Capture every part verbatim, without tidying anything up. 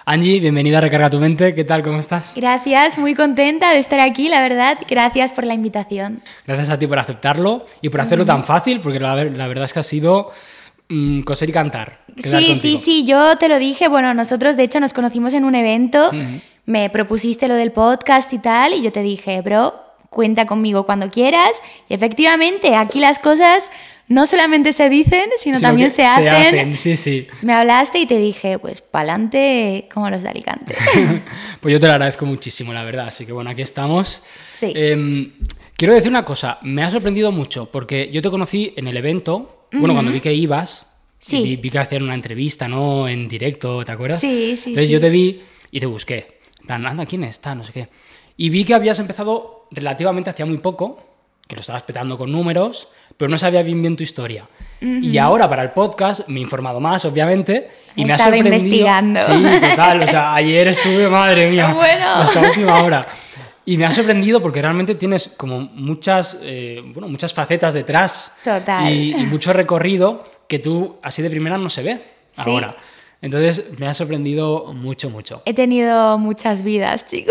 Angie, bienvenida a Recarga tu Mente. ¿Qué tal? ¿Cómo estás? Gracias, muy contenta de estar aquí, la verdad. Gracias por la invitación. Gracias a ti por aceptarlo y por hacerlo uh-huh. tan fácil, porque la, la verdad es que ha sido mmm, coser y cantar. Sí, contigo. sí, sí, yo te lo dije. Bueno, nosotros de hecho nos conocimos en un evento, uh-huh. me propusiste lo del podcast y tal, y yo te dije, bro, cuenta conmigo cuando quieras. Y efectivamente, aquí las cosas no solamente se dicen, sino, sino también se hacen. se hacen. Sí, sí. Me hablaste y te dije, pues pa'lante como los de Alicante. Pues yo te lo agradezco muchísimo, la verdad. Así que bueno, aquí estamos. Sí. Eh, quiero decir una cosa, me ha sorprendido mucho, porque yo te conocí en el evento, uh-huh. bueno, cuando vi que ibas, sí. vi, vi que hacían una entrevista, ¿no? En directo, ¿te acuerdas? Sí, sí, Entonces sí. yo te vi y te busqué. En plan, anda, ¿quién está? No sé qué. Y vi que habías empezado relativamente hacía muy poco, que lo estabas petando con números, pero no sabía bien bien tu historia. Uh-huh. Y ahora para el podcast me he informado más, obviamente, y me ha Estaba sorprendido. investigando. Sí, total, o sea, ayer estuve, madre mía, bueno. hasta la última hora. Y me ha sorprendido porque realmente tienes como muchas, eh, bueno, muchas facetas detrás. Total. Y, y mucho recorrido que tú, así de primera, no se ve ¿Sí? ahora. Entonces, me ha sorprendido mucho, mucho. He tenido muchas vidas, chicos.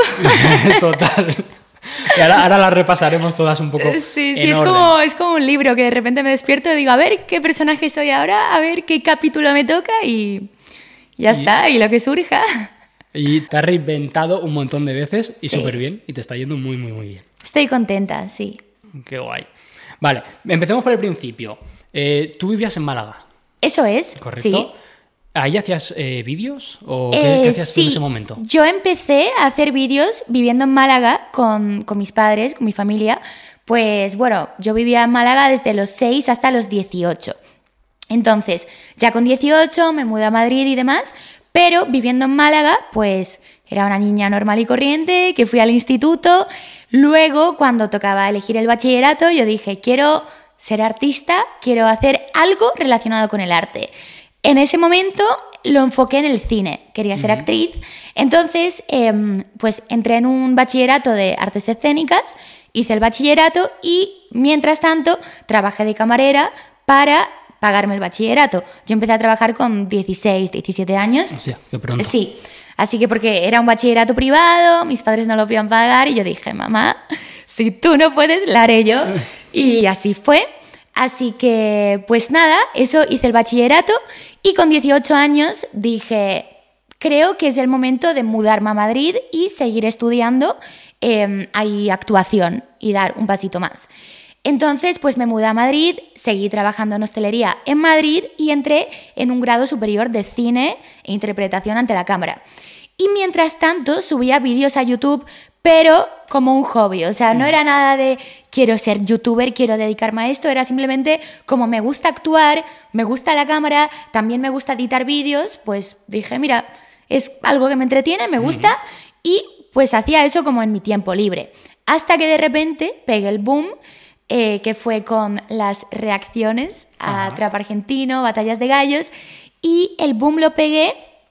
Total. Y ahora, ahora las repasaremos todas un poco. Sí, sí, en es orden. como, es como un libro que de repente me despierto y digo, a ver qué personaje soy ahora, a ver qué capítulo me toca y ya y, está, y lo que surja. Y te has reinventado un montón de veces y sí. súper bien, y te está yendo muy, muy, muy bien. Estoy contenta, sí. Qué guay. Vale, empecemos por el principio. Eh, ¿Tú vivías en Málaga? Eso es, ¿correcto? Sí. ¿Ahí hacías eh, vídeos o eh, qué, qué hacías sí. en ese momento? Yo empecé a hacer vídeos viviendo en Málaga con, con mis padres, con mi familia. Pues bueno, yo vivía en Málaga desde los seis hasta los dieciocho. Entonces, ya con dieciocho me mudé a Madrid y demás, pero viviendo en Málaga, pues era una niña normal y corriente, que fui al instituto. Luego, cuando tocaba elegir el bachillerato, yo dije, quiero ser artista, quiero hacer algo relacionado con el arte. En ese momento lo enfoqué en el cine, quería ser uh-huh. actriz, entonces eh, pues entré en un bachillerato de artes escénicas, hice el bachillerato y mientras tanto trabajé de camarera para pagarme el bachillerato. Yo empecé a trabajar con dieciséis, diecisiete años. O sea, qué pronto. Sí, así que porque era un bachillerato privado, mis padres no lo podían pagar y yo dije, mamá, si tú no puedes, lo haré yo. Y así fue. Así que, pues nada, eso hice el bachillerato y con dieciocho años dije, creo que es el momento de mudarme a Madrid y seguir estudiando eh, ahí actuación y dar un pasito más. Entonces, pues me mudé a Madrid, seguí trabajando en hostelería en Madrid y entré en un grado superior de cine e interpretación ante la cámara. Y mientras tanto subía vídeos a YouTube, pero como un hobby, o sea, no era nada de quiero ser youtuber, quiero dedicarme a esto, era simplemente como me gusta actuar, me gusta la cámara, también me gusta editar vídeos, pues dije, mira, es algo que me entretiene, me gusta, uh-huh. y pues hacía eso como en mi tiempo libre. Hasta que de repente pegué el boom, eh, que fue con las reacciones a uh-huh. Trap Argentino, Batallas de Gallos, y el boom lo pegué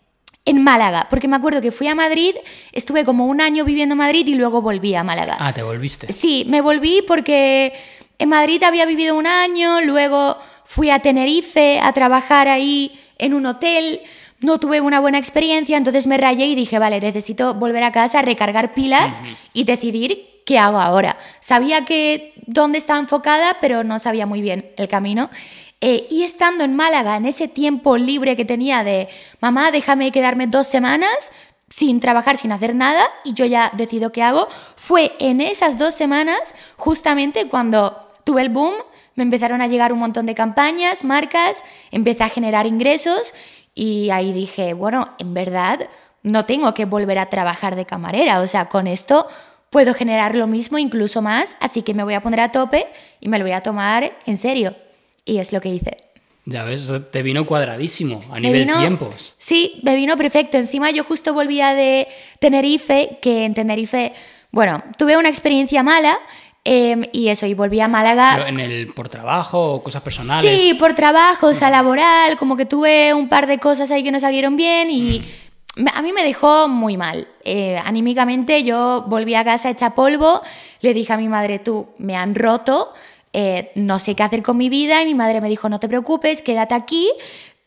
en Málaga, porque me acuerdo que fui a Madrid, estuve como un año viviendo en Madrid y luego volví a Málaga. Ah, ¿te volviste? Sí, me volví porque en Madrid había vivido un año, luego fui a Tenerife a trabajar ahí en un hotel, no tuve una buena experiencia, entonces me rayé y dije, vale, necesito volver a casa, recargar pilas uh-huh. y decidir qué hago ahora. Sabía que dónde estaba enfocada, pero no sabía muy bien el camino. Eh, y estando en Málaga, en ese tiempo libre que tenía de mamá, déjame quedarme dos semanas sin trabajar, sin hacer nada, y yo ya decido qué hago, fue en esas dos semanas justamente cuando tuve el boom, me empezaron a llegar un montón de campañas, marcas, empecé a generar ingresos y ahí dije, bueno, en verdad no tengo que volver a trabajar de camarera, o sea, con esto puedo generar lo mismo, incluso más, así que me voy a poner a tope y me lo voy a tomar en serio. Y es lo que hice. Ya ves, te vino cuadradísimo a nivel vino, tiempos. Sí, me vino perfecto. Encima yo justo volvía de Tenerife, que en Tenerife, bueno, tuve una experiencia mala eh, y eso, y volví a Málaga. ¿Pero en el por trabajo o cosas personales? Sí, por trabajo, o sea, laboral, como que tuve un par de cosas ahí que no salieron bien y mm. a mí me dejó muy mal. Eh, anímicamente yo volví a casa hecha polvo, le dije a mi madre, tú, me han roto, Eh, no sé qué hacer con mi vida y mi madre me dijo, no te preocupes, quédate aquí,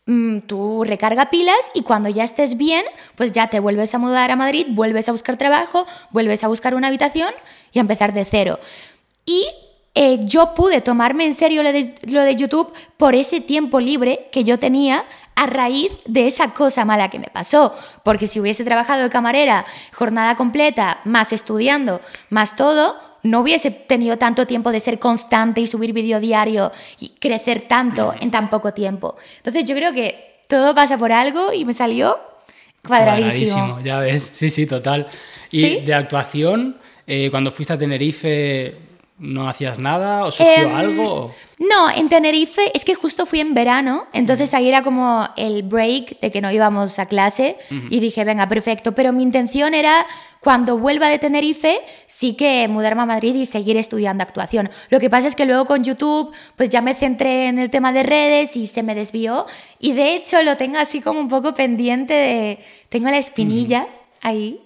mmm, tú recarga pilas y cuando ya estés bien, pues ya te vuelves a mudar a Madrid, vuelves a buscar trabajo, vuelves a buscar una habitación y a empezar de cero. Y eh, yo pude tomarme en serio lo de, lo de YouTube por ese tiempo libre que yo tenía a raíz de esa cosa mala que me pasó. Porque si hubiese trabajado de camarera jornada completa, más estudiando, más todo, no hubiese tenido tanto tiempo de ser constante y subir vídeo diario y crecer tanto en tan poco tiempo. Entonces yo creo que todo pasa por algo y me salió cuadradísimo. Cuadradísimo, ya ves. Sí, sí, total. Y ¿Sí? de actuación, eh, cuando fuiste a Tenerife, ¿no hacías nada? ¿O surgió Eh, algo? No, en Tenerife es que justo fui en verano, entonces ahí era como el break de que no íbamos a clase uh-huh. y dije, venga, perfecto, pero mi intención era cuando vuelva de Tenerife sí que mudarme a Madrid y seguir estudiando actuación. Lo que pasa es que luego con YouTube pues ya me centré en el tema de redes y se me desvió y de hecho lo tengo así como un poco pendiente de... Tengo la espinilla uh-huh. ahí.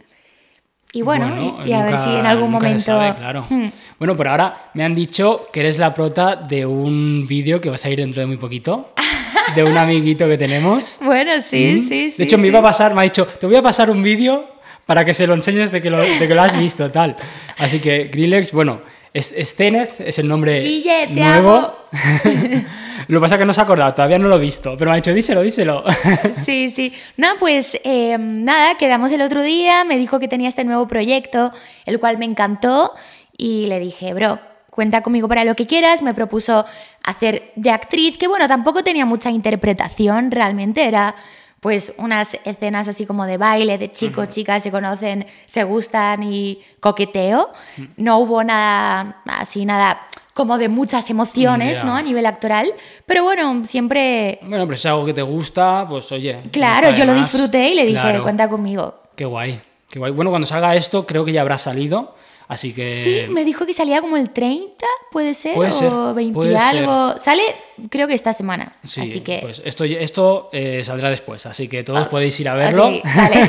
Y bueno, bueno y, y a nunca, ver si en algún momento... Se sabe, claro. Hmm. Bueno, por ahora me han dicho que eres la prota de un vídeo que va a salir dentro de muy poquito, de un amiguito que tenemos. Bueno, sí, ¿Mm? sí, sí. De hecho, sí. me iba a pasar, me ha dicho, te voy a pasar un vídeo para que se lo enseñes de que lo, de que lo has visto, tal. Así que Grillex, bueno, Stenez es el nombre Guille, te nuevo. amo. Lo que pasa es que no se ha acordado, todavía no lo he visto, pero me ha dicho, díselo, díselo. Sí, sí. No, pues eh, nada, quedamos el otro día, me dijo que tenía este nuevo proyecto, el cual me encantó, y le dije, bro, cuenta conmigo para lo que quieras. Me propuso hacer de actriz, que bueno, tampoco tenía mucha interpretación realmente, era pues unas escenas así como de baile, de chicos, chicas se conocen, se gustan y coqueteo. No hubo nada así, nada... como de muchas emociones, yeah. ¿no? A nivel actoral. Pero bueno, siempre... Bueno, pero si es algo que te gusta, pues oye... Claro, yo lo disfruté y le dije, claro. cuenta conmigo. Qué guay, qué guay. Bueno, cuando salga esto creo que ya habrá salido, así que... Sí, me dijo que salía como el treinta, ¿puede ser? Puede ser, o veinte puede algo. Ser. Sale, creo que esta semana. Sí, así que... pues esto, esto eh, saldrá después, así que todos oh, podéis ir a verlo. Okay, vale.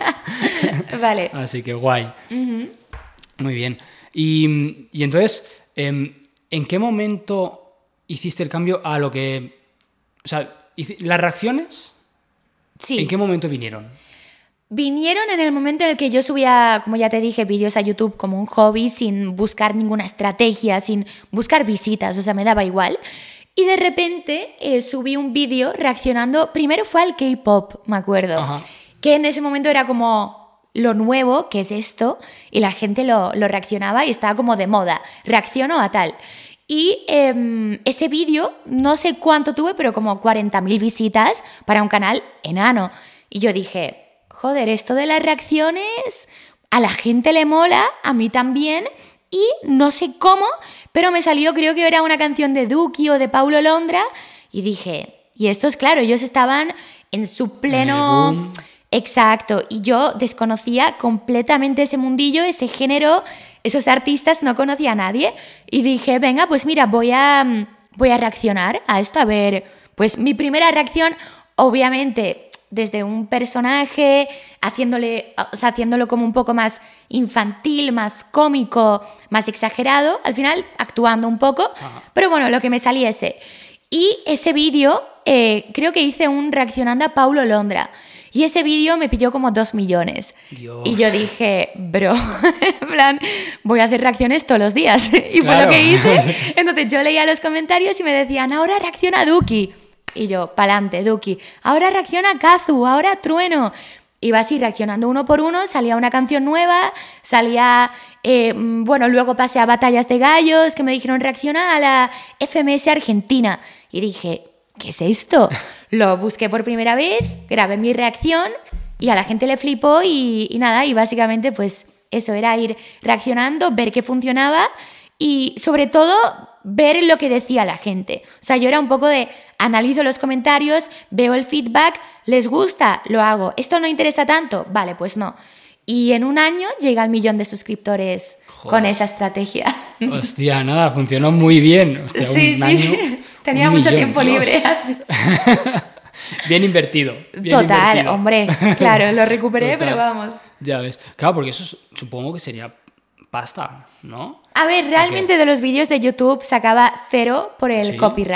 Vale. Así que guay. Uh-huh. Muy bien. Y, y entonces... Eh, ¿en qué momento hiciste el cambio a lo que... O sea, ¿las reacciones? Sí. ¿En qué momento vinieron? Vinieron en el momento en el que yo subía, como ya te dije, vídeos a YouTube como un hobby, sin buscar ninguna estrategia, sin buscar visitas, o sea, me daba igual. Y de repente eh, subí un vídeo reaccionando, primero fue al K-pop, me acuerdo, Ajá. que en ese momento era como... lo nuevo, que es esto, y la gente lo, lo reaccionaba y estaba como de moda, reacciono a tal. Y eh, ese vídeo, no sé cuánto tuve, pero como cuarenta mil visitas para un canal enano. Y yo dije, joder, esto de las reacciones a la gente le mola, a mí también, y no sé cómo, pero me salió, creo que era una canción de Duki o de Paulo Londra, y dije, y estos, claro, ellos estaban en su pleno... Exacto, y yo desconocía completamente ese mundillo, ese género, esos artistas, no conocía a nadie. Y dije, venga, pues mira, voy a, voy a reaccionar a esto, a ver, pues mi primera reacción, obviamente, desde un personaje, haciéndole, o sea, haciéndolo como un poco más infantil, más cómico, más exagerado, al final actuando un poco, Ajá. pero bueno, lo que me saliese. Y ese vídeo, eh, creo que hice un reaccionando a Paulo Londra. Y ese vídeo me pilló como dos millones. Dios. Y yo dije, bro, en plan, voy a hacer reacciones todos los días. Y claro. fue lo que hice. Entonces yo leía los comentarios y me decían, ahora reacciona Duki. Y yo, pa'lante, Duki. Ahora reacciona Kazu, ahora Trueno. Iba así reaccionando uno por uno, salía una canción nueva, salía, eh, bueno, luego pasé a Batallas de Gallos, que me dijeron reacciona a la F M S Argentina. Y dije, ¿qué es esto? Lo busqué por primera vez, grabé mi reacción y a la gente le flipó y, y nada, y básicamente pues eso era ir reaccionando, ver qué funcionaba y sobre todo ver lo que decía la gente. O sea, yo era un poco de analizo los comentarios, veo el feedback, les gusta, lo hago. ¿Esto no interesa tanto? Vale, pues no. Y en un año llega al millón de suscriptores Joder. Con esa estrategia. Hostia, nada, funcionó muy bien. Hostia, sí, un sí, año, sí. Tenía un mucho millón, tiempo Dios. libre. Así. Bien invertido. Bien Total, invertido. Hombre, claro, lo recuperé, Total. Pero vamos. Ya ves. Claro, porque eso es, supongo que sería pasta, ¿no? A ver, realmente okay. de los vídeos de YouTube sacaba cero por el ¿Sí? copyright.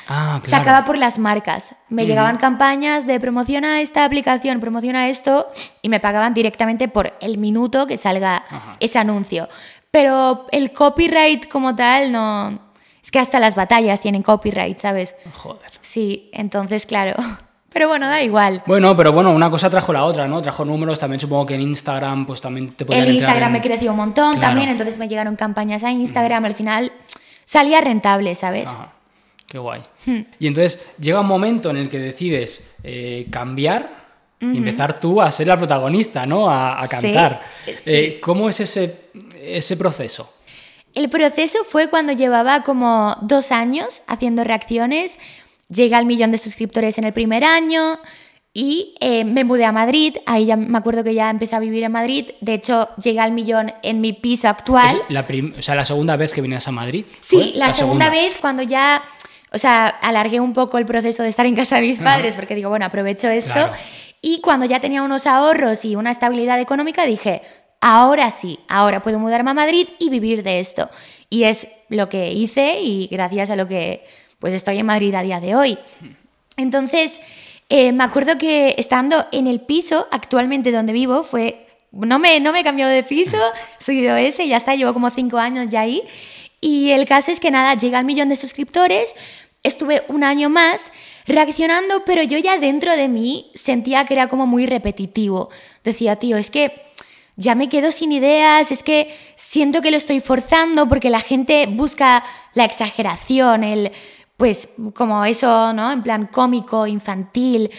Ah, claro. Sacaba por las marcas. Me Uh-huh. llegaban campañas de promociona esta aplicación, promociona esto, y me pagaban directamente por el minuto que salga Ajá. ese anuncio. Pero el copyright como tal no... Es que hasta las batallas tienen copyright, ¿sabes? Joder. Sí, entonces, claro. Pero bueno, da igual. Bueno, pero bueno, una cosa trajo la otra, ¿no? Trajo números, también supongo que en Instagram pues también te podían El entrar Instagram en- me creció un montón Claro. también, entonces me llegaron campañas a Instagram, al final salía rentable, ¿sabes? Ajá, qué guay. Hmm. Y entonces llega un momento en el que decides eh, cambiar y empezar tú a ser la protagonista, ¿no? A, a Sí, cantar. sí. Eh, ¿Cómo es ese, ese proceso? El proceso fue cuando llevaba como dos años haciendo reacciones, llegué al millón de suscriptores en el primer año y eh, me mudé a Madrid, ahí ya me acuerdo que ya empecé a vivir en Madrid, de hecho llegué al millón en mi piso actual. ¿Es la prim- o sea, la segunda vez que vienes a Madrid? Sí, ¿fue? la, segunda, vez cuando ya, o sea, alargué un poco el proceso de estar en casa de mis padres, porque digo, bueno, aprovecho esto. Claro. Y cuando ya tenía unos ahorros y una estabilidad económica, dije, ahora sí, ahora puedo mudarme a Madrid y vivir de esto. Y es lo que hice y gracias a lo que pues estoy en Madrid a día de hoy. Entonces, eh, me acuerdo que estando en el piso actualmente donde vivo, fue no me, no me he cambiado de piso, soy de O S, ya está, llevo como cinco años ya ahí. Y el caso es que nada, llega al millón de suscriptores, estuve un año más reaccionando, pero yo ya dentro de mí sentía que era como muy repetitivo. Decía, tío, es que ya me quedo sin ideas, es que siento que lo estoy forzando porque la gente busca la exageración, el, pues como eso, ¿no? En plan cómico, infantil.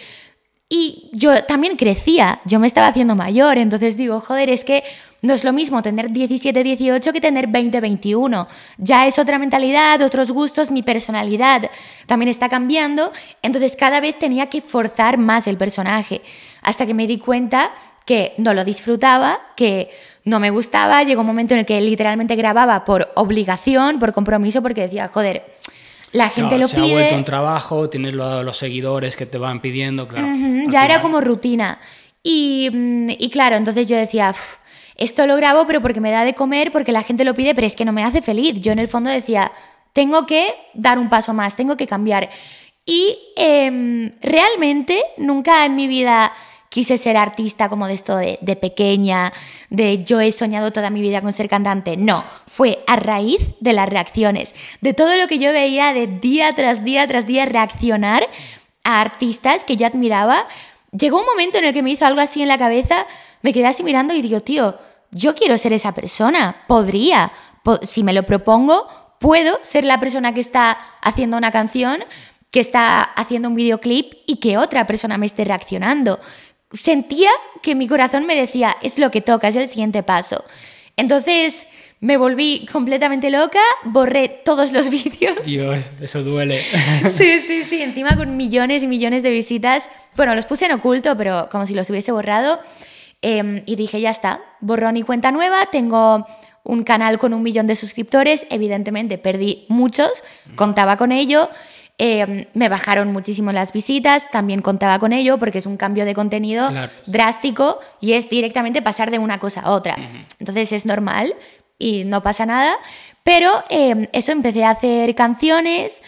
Y yo también crecía, yo me estaba haciendo mayor, entonces digo, joder, es que no es lo mismo tener diecisiete, dieciocho que tener veinte, veintiuno. Ya es otra mentalidad, otros gustos, mi personalidad también está cambiando, entonces cada vez tenía que forzar más el personaje, hasta que me di cuenta que no lo disfrutaba, que no me gustaba, llegó un momento en el que literalmente grababa por obligación, por compromiso, porque decía, joder, la gente Claro, lo se pide. ha vuelto un trabajo, tienes lo- los seguidores que te van pidiendo, claro. Ujú, Al ya era final. como rutina. Y, mm, y claro, entonces yo decía, "Uf, esto lo grabo pero porque me da de comer, porque la gente lo pide, pero es que no me hace feliz". Yo en el fondo decía, tengo que dar un paso más, tengo que cambiar. Y em, realmente nunca en mi vida quise ser artista como de esto de, de pequeña, de yo he soñado toda mi vida con ser cantante. No, fue a raíz de las reacciones, de todo lo que yo veía de día tras día tras día reaccionar a artistas que yo admiraba. Llegó un momento en el que me hizo algo así en la cabeza, me quedé así mirando y digo, tío, yo quiero ser esa persona, podría, po- si me lo propongo, puedo ser la persona que está haciendo una canción, que está haciendo un videoclip y que otra persona me esté reaccionando. Sentía que mi corazón me decía, es lo que toca, es el siguiente paso. Entonces me volví completamente loca, borré todos los vídeos. Dios, eso duele. Sí, sí, sí, encima con millones y millones de visitas. Bueno, los puse en oculto, pero como si los hubiese borrado. Eh, y dije, ya está, borrón y cuenta nueva, tengo un canal con un millón de suscriptores, evidentemente perdí muchos, contaba con ello. Eh, me bajaron muchísimo las visitas, también contaba con ello porque es un cambio de contenido Claro. drástico y es directamente pasar de una cosa a otra. Uh-huh. Entonces es normal y no pasa nada, pero eh, eso, empecé a hacer canciones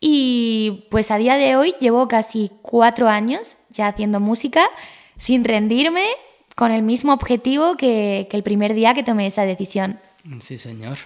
y pues a día de hoy llevo casi cuatro años ya haciendo música sin rendirme, con el mismo objetivo que, que el primer día que tomé esa decisión. Sí, señor.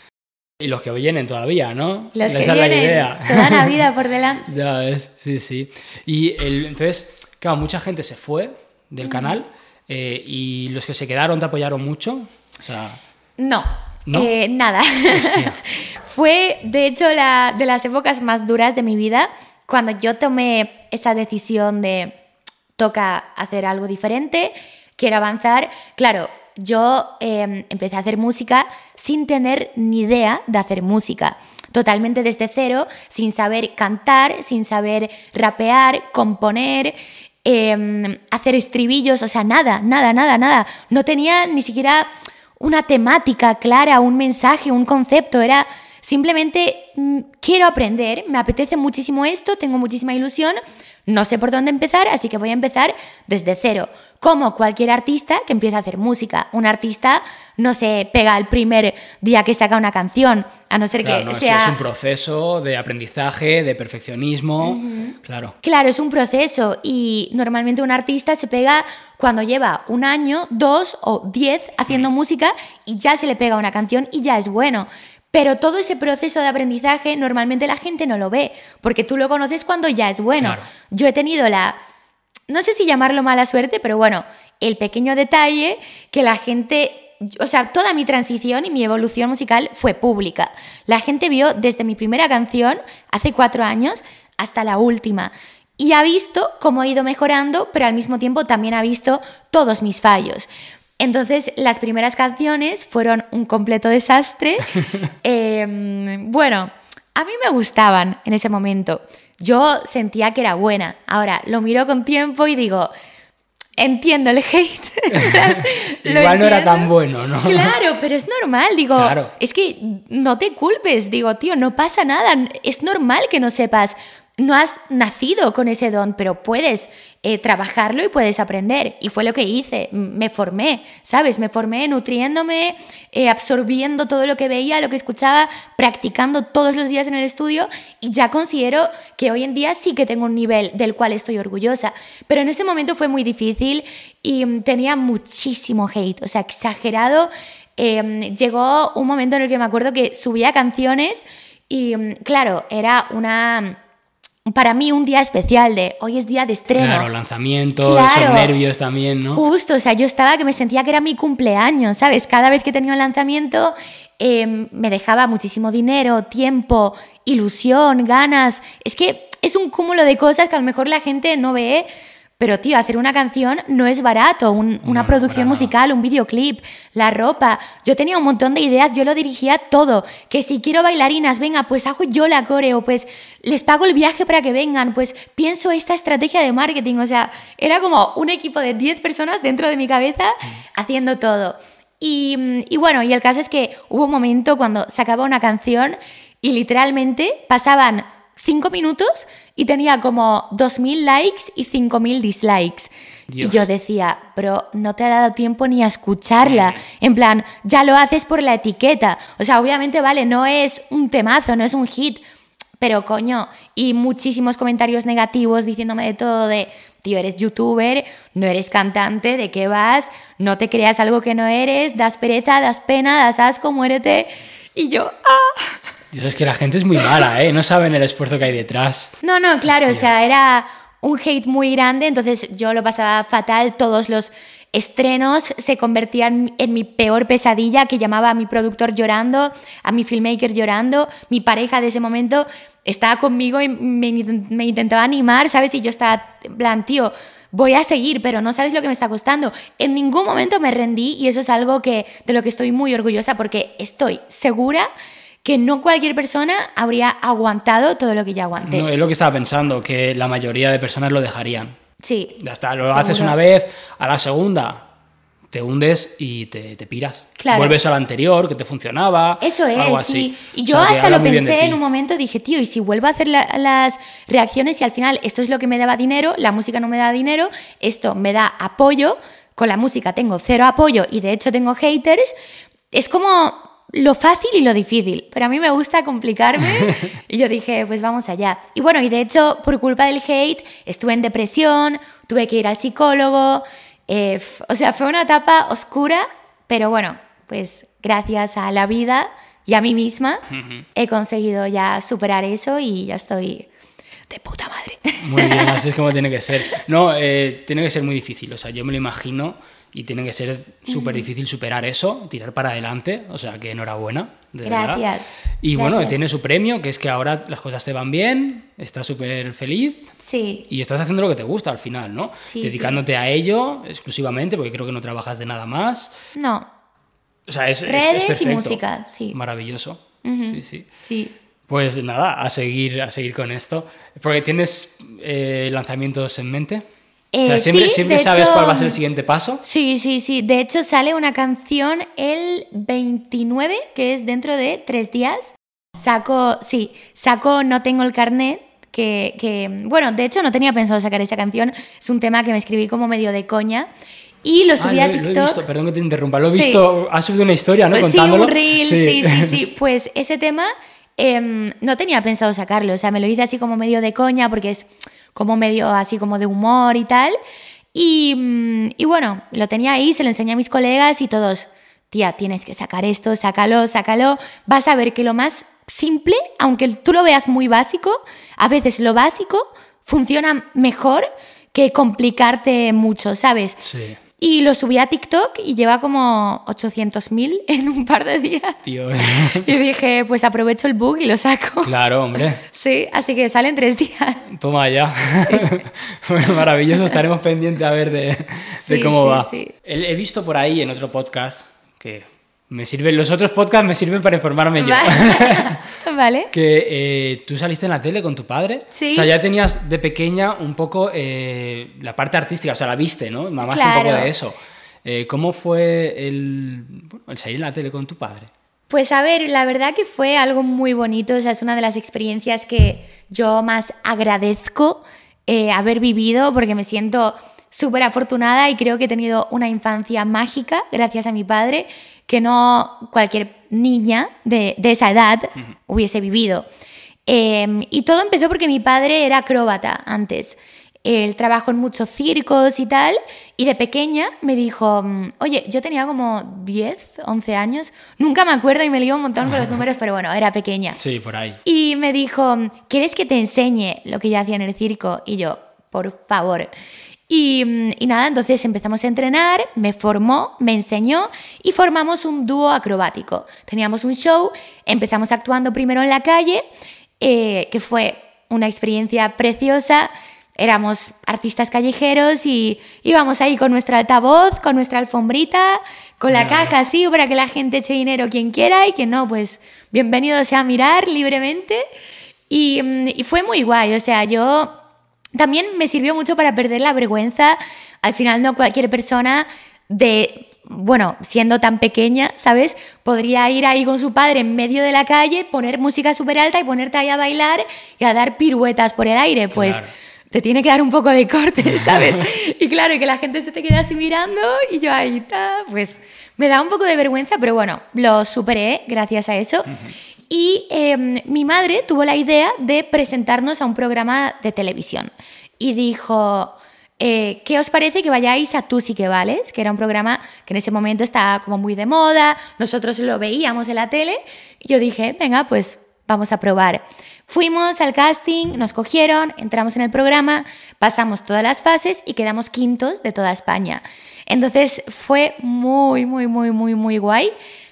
Y los que vienen todavía, ¿no? Los Esa que es la vienen, idea. toda la vida por delante. Ya ves, sí, sí. Y el- entonces, claro, mucha gente se fue del canal eh, y los que se quedaron te apoyaron mucho. O sea, No, ¿No? eh, nada. Hostia. Fue, de hecho, la, de las épocas más duras de mi vida, cuando yo tomé esa decisión de toca hacer algo diferente, quiero avanzar. Claro, yo eh, empecé a hacer música sin tener ni idea de hacer música. Totalmente desde cero, sin saber cantar, sin saber rapear, componer, eh, hacer estribillos, o sea, nada, nada, nada, nada. No tenía ni siquiera una temática clara, un mensaje, un concepto. Era simplemente, mmm, quiero aprender, me apetece muchísimo esto, tengo muchísima ilusión, No sé por dónde empezar, así que voy a empezar desde cero. Como cualquier artista que empieza a hacer música. Un artista no se pega el primer día que saca una canción, a no ser claro, que no, sea... Es un proceso de aprendizaje, de perfeccionismo, uh-huh. claro. Claro, es un proceso y normalmente un artista se pega cuando lleva un año, dos o diez haciendo uh-huh. música y ya se le pega una canción y ya es bueno. Pero todo ese proceso de aprendizaje normalmente la gente no lo ve, porque tú lo conoces cuando ya es bueno. Claro. Yo he tenido la, no sé si llamarlo mala suerte, pero bueno, el pequeño detalle que la gente, o sea, toda mi transición y mi evolución musical fue pública. La gente vio desde mi primera canción, hace cuatro años, hasta la última. Y ha visto cómo he ido mejorando, pero al mismo tiempo también ha visto todos mis fallos. Entonces, las primeras canciones fueron un completo desastre. eh, bueno, a mí me gustaban en ese momento. Yo sentía que era buena. Ahora, lo miro con tiempo y digo, entiendo el hate. Igual no era tan bueno, ¿no? Claro, pero es normal. Digo, claro. Es que no te culpes. Digo, tío, no pasa nada. Es normal que no sepas. No has nacido con ese don, pero puedes eh, trabajarlo y puedes aprender. Y fue lo que hice. Me formé, ¿sabes? Me formé nutriéndome, eh, absorbiendo todo lo que veía, lo que escuchaba, practicando todos los días en el estudio y ya considero que hoy en día sí que tengo un nivel del cual estoy orgullosa. Pero en ese momento fue muy difícil y mm, tenía muchísimo hate, o sea, exagerado. Eh, llegó un momento en el que me acuerdo que subía canciones y, mm, claro, era una... Para mí un día especial de hoy es día de estreno. Claro, lanzamiento, claro, esos nervios también, ¿no? Justo, o sea, yo estaba que me sentía que era mi cumpleaños, ¿sabes? Cada vez que tenía un lanzamiento eh, me dejaba muchísimo dinero, tiempo, ilusión, ganas. Es que es un cúmulo de cosas que a lo mejor la gente no ve. Pero, tío, hacer una canción no es barato, un, una no, producción no, musical, un videoclip, la ropa. Yo tenía un montón de ideas, yo lo dirigía todo. Que si quiero bailarinas, venga, pues hago yo la coreo, pues les pago el viaje para que vengan, pues pienso esta estrategia de marketing. O sea, era como un equipo de diez personas dentro de mi cabeza haciendo todo. Y, y bueno, y el caso es que hubo un momento cuando sacaba una canción y literalmente pasaban cinco minutos y tenía como dos mil likes y cinco mil dislikes. Dios. Y yo decía, bro, no te ha dado tiempo ni a escucharla. En plan, ya lo haces por la etiqueta. O sea, obviamente, vale, no es un temazo, no es un hit, pero coño, y muchísimos comentarios negativos diciéndome de todo de, tío, eres youtuber, no eres cantante, ¿de qué vas? No te creas algo que no eres, das pereza, das pena, das asco, muérete. Y yo, ¡ah! Y eso es que la gente es muy mala, ¿eh? No saben el esfuerzo que hay detrás. No, no, claro, Hostia. O sea, era un hate muy grande, entonces yo lo pasaba fatal, todos los estrenos se convertían en mi peor pesadilla, que llamaba a mi productor llorando, a mi filmmaker llorando, mi pareja de ese momento estaba conmigo y me, me intentaba animar, ¿sabes? Y yo estaba en plan, tío, voy a seguir, pero no sabes lo que me está costando. En ningún momento me rendí y eso es algo que, de lo que estoy muy orgullosa porque estoy segura que no cualquier persona habría aguantado todo lo que ya aguanté. No, es lo que estaba pensando, que la mayoría de personas lo dejarían. Sí. Ya está, lo seguro. Haces una vez, a la segunda te hundes y te, te piras. Claro. Vuelves a la anterior, que te funcionaba. Eso es, algo así. Sí. Y yo o sea, hasta lo pensé en un momento, dije, tío, y si vuelvo a hacer la, las reacciones y al final esto es lo que me daba dinero, la música no me da dinero, esto me da apoyo, con la música tengo cero apoyo y de hecho tengo haters, es como lo fácil y lo difícil, pero a mí me gusta complicarme y yo dije, pues vamos allá. Y bueno, y de hecho, por culpa del hate, estuve en depresión, tuve que ir al psicólogo, eh, o sea, fue una etapa oscura, pero bueno, pues gracias a la vida y a mí misma uh-huh. he conseguido ya superar eso y ya estoy de puta madre. Muy bien, así es como tiene que ser. No, eh, tiene que ser muy difícil, o sea, yo me lo imagino. Y tiene que ser súper difícil superar eso, tirar para adelante, o sea que enhorabuena. De Gracias. Verdad. Y Gracias. bueno, tiene su premio, que es que ahora las cosas te van bien, estás súper feliz. Sí. Y estás haciendo lo que te gusta al final, ¿no? Sí, dedicándote sí. a ello exclusivamente, porque creo que no trabajas de nada más. No. O sea, es, redes es, es perfecto. y música, sí. Maravilloso. Uh-huh. Sí, sí. Sí. Pues nada, a seguir, a seguir con esto. Porque tienes eh, lanzamientos en mente. Eh, o sea, siempre, sí, siempre de sabes hecho, cuál va a ser el siguiente paso. Sí, sí, sí. De hecho, sale una canción el veintinueve, que es dentro de tres días. Saco, sí, saco No tengo el carnet, que, que, bueno, de hecho no tenía pensado sacar esa canción, es un tema que me escribí como medio de coña. Y lo subí ah, a lo, TikTok. Lo he visto, perdón que te interrumpa, lo he sí. visto, has subido una historia, ¿no? Sí, Contándolo. un reel, sí, sí, sí. sí. Pues ese tema eh, no tenía pensado sacarlo, o sea, me lo hice así como medio de coña porque es como medio así como de humor y tal. Y, y bueno, lo tenía ahí, se lo enseñé a mis colegas y todos, tía, tienes que sacar esto, sácalo, sácalo. Vas a ver que lo más simple, aunque tú lo veas muy básico, a veces lo básico funciona mejor que complicarte mucho, ¿sabes? Sí. Y lo subí a TikTok y lleva como ochocientos mil en un par de días. Tío. Y dije, pues aprovecho el bug y lo saco. Claro, hombre. Sí, así que sale en tres días. Toma ya. Sí. Bueno, maravilloso, estaremos pendientes a ver de, de sí, cómo sí, va. Sí. He, he visto por ahí en otro podcast que me sirven, los otros podcasts me sirven para informarme yo. Vale. Vale. Que eh, tú saliste en la tele con tu padre. Sí. O sea, ya tenías de pequeña un poco eh, la parte artística, o sea, la viste, ¿no? Mamaste Claro. un poco de eso. Eh, ¿Cómo fue el, bueno, el salir en la tele con tu padre? Pues a ver, la verdad que fue algo muy bonito, o sea, es una de las experiencias que yo más agradezco eh, haber vivido porque me siento súper afortunada y creo que he tenido una infancia mágica gracias a mi padre que no cualquier niña de, de esa edad uh-huh. hubiese vivido. Eh, y todo empezó porque mi padre era acróbata antes. Él trabajó en muchos circos y tal, y de pequeña me dijo, oye, yo tenía como diez, once años, nunca me acuerdo y me lío un montón con los números, pero bueno, era pequeña. Sí, por ahí. Y me dijo, ¿quieres que te enseñe lo que yo hacía en el circo? Y yo, por favor. Y, y nada, entonces empezamos a entrenar, me formó, me enseñó y formamos un dúo acrobático. Teníamos un show, empezamos actuando primero en la calle, eh, que fue una experiencia preciosa. Éramos artistas callejeros y íbamos ahí con nuestro altavoz, con nuestra alfombrita, con la yeah. caja así para que la gente eche dinero quien quiera y quien no, pues bienvenido sea a mirar libremente. Y, y fue muy guay, o sea, yo... También me sirvió mucho para perder la vergüenza. Al final no cualquier persona de, bueno, siendo tan pequeña, ¿sabes? Podría ir ahí con su padre en medio de la calle, poner música súper alta y ponerte ahí a bailar y a dar piruetas por el aire. Pues claro. Te tiene que dar un poco de corte, ¿sabes? Y claro, y que la gente se te quede así mirando y yo ahí, ta, pues me da un poco de vergüenza, pero bueno, lo superé gracias a eso. Uh-huh. Y eh, mi madre tuvo la idea de presentarnos a un programa de televisión y dijo, eh, ¿qué os parece que vayáis a Tú sí que vales? Que era un programa que en ese momento estaba como muy de moda, nosotros lo veíamos en la tele y yo dije, venga, pues vamos a probar. Fuimos al casting, nos cogieron, entramos en el programa, pasamos todas las fases y quedamos quintos de toda España. Entonces fue muy, muy, muy, muy, muy guay.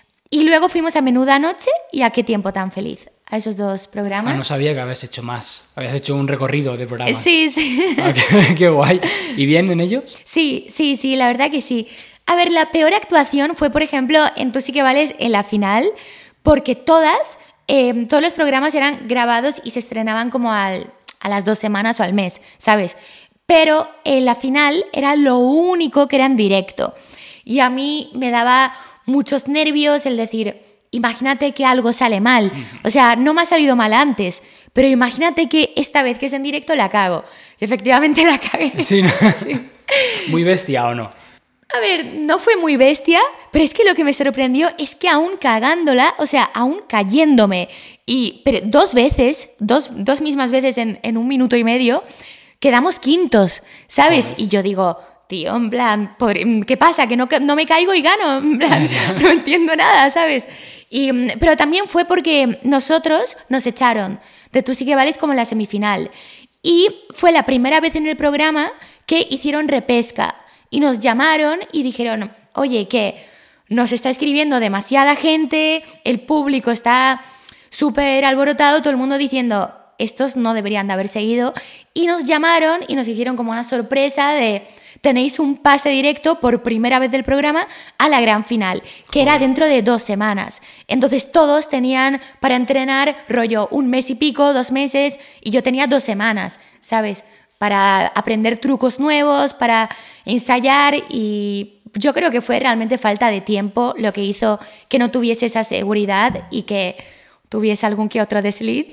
Y luego fuimos a Menuda Noche y a Qué tiempo tan feliz, a esos dos programas. Ah, no sabía que habías hecho más, habías hecho un recorrido de programas. Sí, sí. Ah, qué, qué guay. ¿Y bien en ellos? Sí, sí, sí, la verdad que sí. A ver, la peor actuación fue, por ejemplo, en Tú sí que vales en la final, porque todas, eh, todos los programas eran grabados y se estrenaban como al, a las dos semanas o al mes, ¿sabes? Pero en la final era lo único que era en directo. Y a mí me daba... muchos nervios, el decir, imagínate que algo sale mal. O sea, no me ha salido mal antes, pero imagínate que esta vez que es en directo la cago. Y efectivamente la cagué. Sí, ¿no? Sí. ¿Muy bestia o no? A ver, no fue muy bestia, pero es que lo que me sorprendió es que aún cagándola, o sea, aún cayéndome, y pero dos veces, dos, dos mismas veces en, en un minuto y medio, quedamos quintos, ¿sabes? Joder. Y yo digo... Tío, en plan, ¿qué pasa? Que no, no me caigo y gano, en plan, no entiendo nada, ¿sabes? Y, pero también fue porque nosotros nos echaron de Tú sí que vales como en la semifinal. Y fue la primera vez en el programa que hicieron repesca. Y nos llamaron y dijeron, oye, que nos está escribiendo demasiada gente, el público está súper alborotado, todo el mundo diciendo, estos no deberían de haber seguido. Y nos llamaron y nos hicieron como una sorpresa de... tenéis un pase directo por primera vez del programa a la gran final, que Joder. Era dentro de dos semanas. Entonces todos tenían para entrenar rollo un mes y pico, dos meses, y yo tenía dos semanas, ¿sabes? Para aprender trucos nuevos, para ensayar, y yo creo que fue realmente falta de tiempo lo que hizo que no tuviese esa seguridad y que tuviese algún que otro desliz.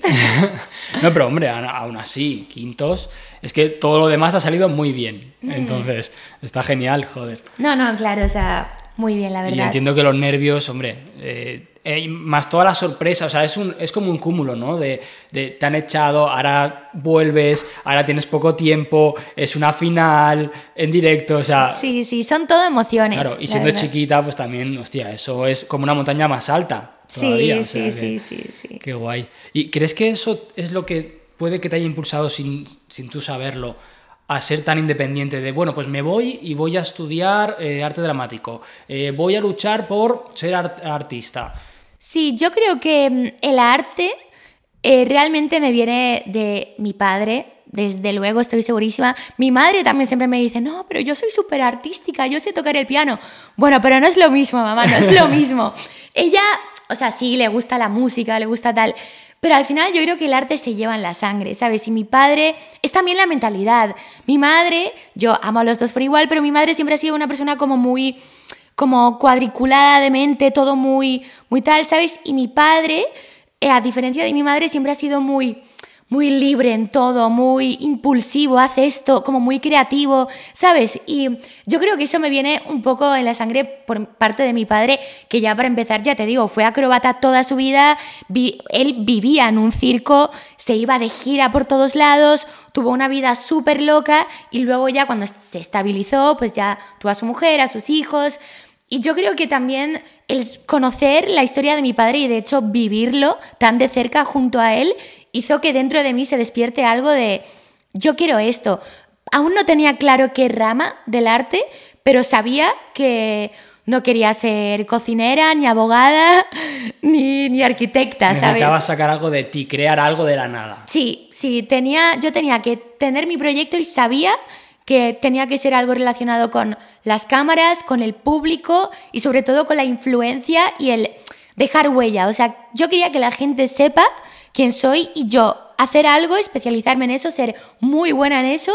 No, pero hombre, aún así, quintos, es que todo lo demás ha salido muy bien. Mm. Entonces, está genial, joder. No, no, claro, o sea, muy bien, la verdad. Y entiendo que los nervios, hombre, eh, eh, más toda la sorpresa, o sea, es, un, es como un cúmulo, ¿no? De, de te han echado, ahora vuelves, ahora tienes poco tiempo, es una final en directo, o sea... Sí, sí, son todo emociones. Claro, y siendo chiquita, pues también, hostia, eso es como una montaña más alta. Todavía, sí, o sea, sí, que, sí, sí, sí. Qué guay. ¿Y crees que eso es lo que puede que te haya impulsado sin, sin tú saberlo a ser tan independiente de, bueno, pues me voy y voy a estudiar eh, arte dramático, eh, voy a luchar por ser art- artista? Sí, yo creo que el arte eh, realmente me viene de mi padre. Desde luego, estoy segurísima. Mi madre también siempre me dice, no, pero yo soy súper artística, yo sé tocar el piano. Bueno, pero no es lo mismo, mamá, no es lo mismo. Ella, o sea, sí, le gusta la música, le gusta tal, pero al final yo creo que el arte se lleva en la sangre, ¿sabes? Y mi padre es también la mentalidad. Mi madre, yo amo a los dos por igual, pero mi madre siempre ha sido una persona como muy, como cuadriculada de mente, todo muy, muy tal, ¿sabes? Y mi padre, eh, a diferencia de mi madre, siempre ha sido muy... muy libre en todo, muy impulsivo, hace esto, como muy creativo, ¿sabes? Y yo creo que eso me viene un poco en la sangre por parte de mi padre, que ya para empezar, ya te digo, fue acróbata toda su vida, vi, él vivía en un circo, se iba de gira por todos lados, tuvo una vida súper loca y luego ya cuando se estabilizó, pues ya tuvo a su mujer, a sus hijos. Y yo creo que también el conocer la historia de mi padre y de hecho vivirlo tan de cerca junto a él hizo que dentro de mí se despierte algo de yo quiero esto. Aún no tenía claro qué rama del arte, pero sabía que no quería ser cocinera, ni abogada, ni, ni arquitecta, ¿sabes? Necesitabas sacar algo de ti, crear algo de la nada. Sí, sí, tenía, yo tenía que tener mi proyecto y sabía que tenía que ser algo relacionado con las cámaras, con el público y sobre todo con la influencia y el dejar huella. O sea, yo quería que la gente sepa quién soy y yo hacer algo, especializarme en eso, ser muy buena en eso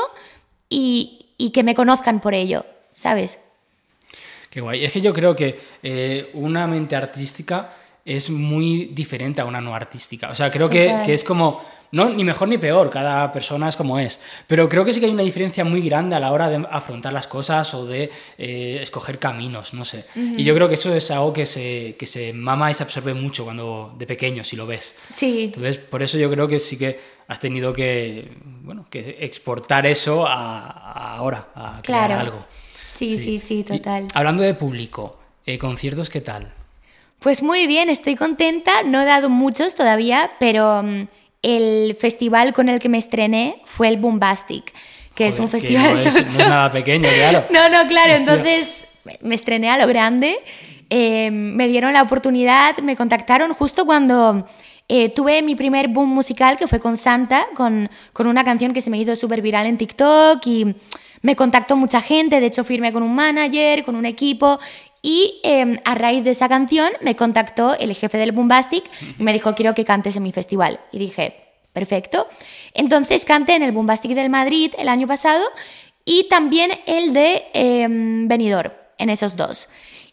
y, y que me conozcan por ello, ¿sabes? Qué guay. Es que yo creo que eh, una mente artística es muy diferente a una no artística. O sea, creo que, que es como... No, ni mejor ni peor, cada persona es como es. Pero creo que sí que hay una diferencia muy grande a la hora de afrontar las cosas o de eh, escoger caminos, no sé. Uh-huh. Y yo creo que eso es algo que se, que se mama y se absorbe mucho cuando de pequeño, si lo ves. Sí. Entonces, por eso yo creo que sí que has tenido que, bueno, que exportar eso a, a ahora, a crear claro. algo. Sí, sí, sí, sí, total. Y hablando de público, eh, ¿conciertos qué tal? Pues muy bien, estoy contenta. No he dado muchos todavía, pero... Um, el festival con el que me estrené fue el Boombastic, que Joder, es un festival... No es, no es nada pequeño, claro. No, no, claro, Hostia. Entonces me estrené a lo grande, eh, me dieron la oportunidad, me contactaron justo cuando eh, tuve mi primer boom musical, que fue con Santa, con, con una canción que se me hizo súper viral en TikTok y me contactó mucha gente, de hecho firmé con un manager, con un equipo... Y eh, a raíz de esa canción me contactó el jefe del Boombastic y me dijo, quiero que cantes en mi festival. Y dije, perfecto. Entonces canté en el Boombastic del Madrid el año pasado y también el de eh, Benidorm, en esos dos.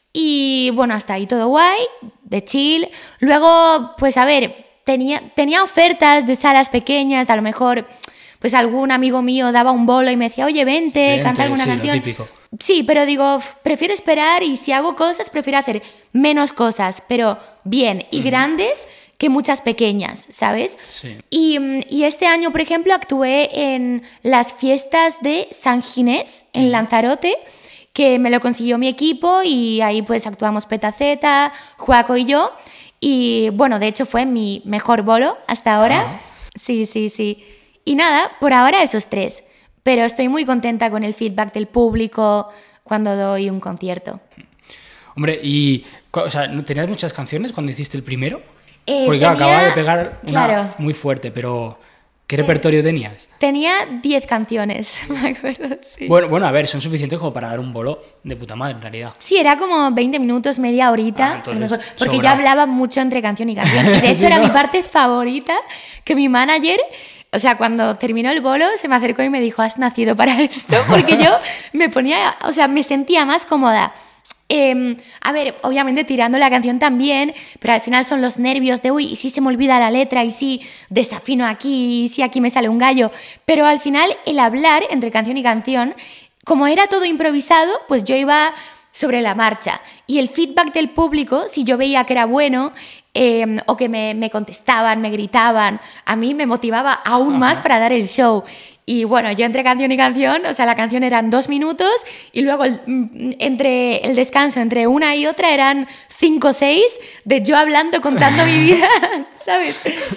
Y bueno, hasta ahí todo guay, de chill. Luego, pues a ver, tenía, tenía ofertas de salas pequeñas, a lo mejor... pues algún amigo mío daba un bolo y me decía, oye, vente, vente canta alguna sí, canción. Lo típico. Sí, pero digo, prefiero esperar y si hago cosas, prefiero hacer menos cosas, pero bien y uh-huh. grandes que muchas pequeñas, ¿sabes? Sí. Y, y este año, por ejemplo, actué en las fiestas de San Ginés, en uh-huh. Lanzarote, que me lo consiguió mi equipo y ahí pues actuamos Petaceta, Juaco y yo. Y bueno, de hecho fue mi mejor bolo hasta ahora. Uh-huh. Sí, sí, sí. Y nada, por ahora esos tres. Pero estoy muy contenta con el feedback del público cuando doy un concierto. Hombre, y o sea, ¿tenías muchas canciones cuando hiciste el primero? Eh, Porque tenía, acababa de pegar una claro. muy fuerte, pero ¿qué repertorio eh, tenías? Tenía diez canciones, me acuerdo, sí. Bueno, bueno, a ver, son suficientes como para dar un bolo de puta madre, en realidad. Sí, era como veinte minutos, media horita, ah, entonces, mejor, porque sobra. yo hablaba mucho entre canción y canción. Y de hecho ¿Sí, era no? mi parte favorita, que mi manager... O sea, cuando terminó el bolo se me acercó y me dijo, has nacido para esto, porque yo me ponía, o sea, me sentía más cómoda Eh, a ver, obviamente tirando la canción también, pero al final son los nervios de, uy, y si se me olvida la letra, y si desafino aquí, y si aquí me sale un gallo. Pero al final el hablar entre canción y canción, como era todo improvisado, pues yo iba sobre la marcha. Y el feedback del público, si yo veía que era bueno, eh, o que me, me contestaban, me gritaban, a mí me motivaba aún más para dar el show. Y bueno, yo entre canción y canción, o sea, la canción eran dos minutos y luego el, entre el descanso entre una y otra eran cinco o seis de yo hablando, contando mi vida, ¿sabes?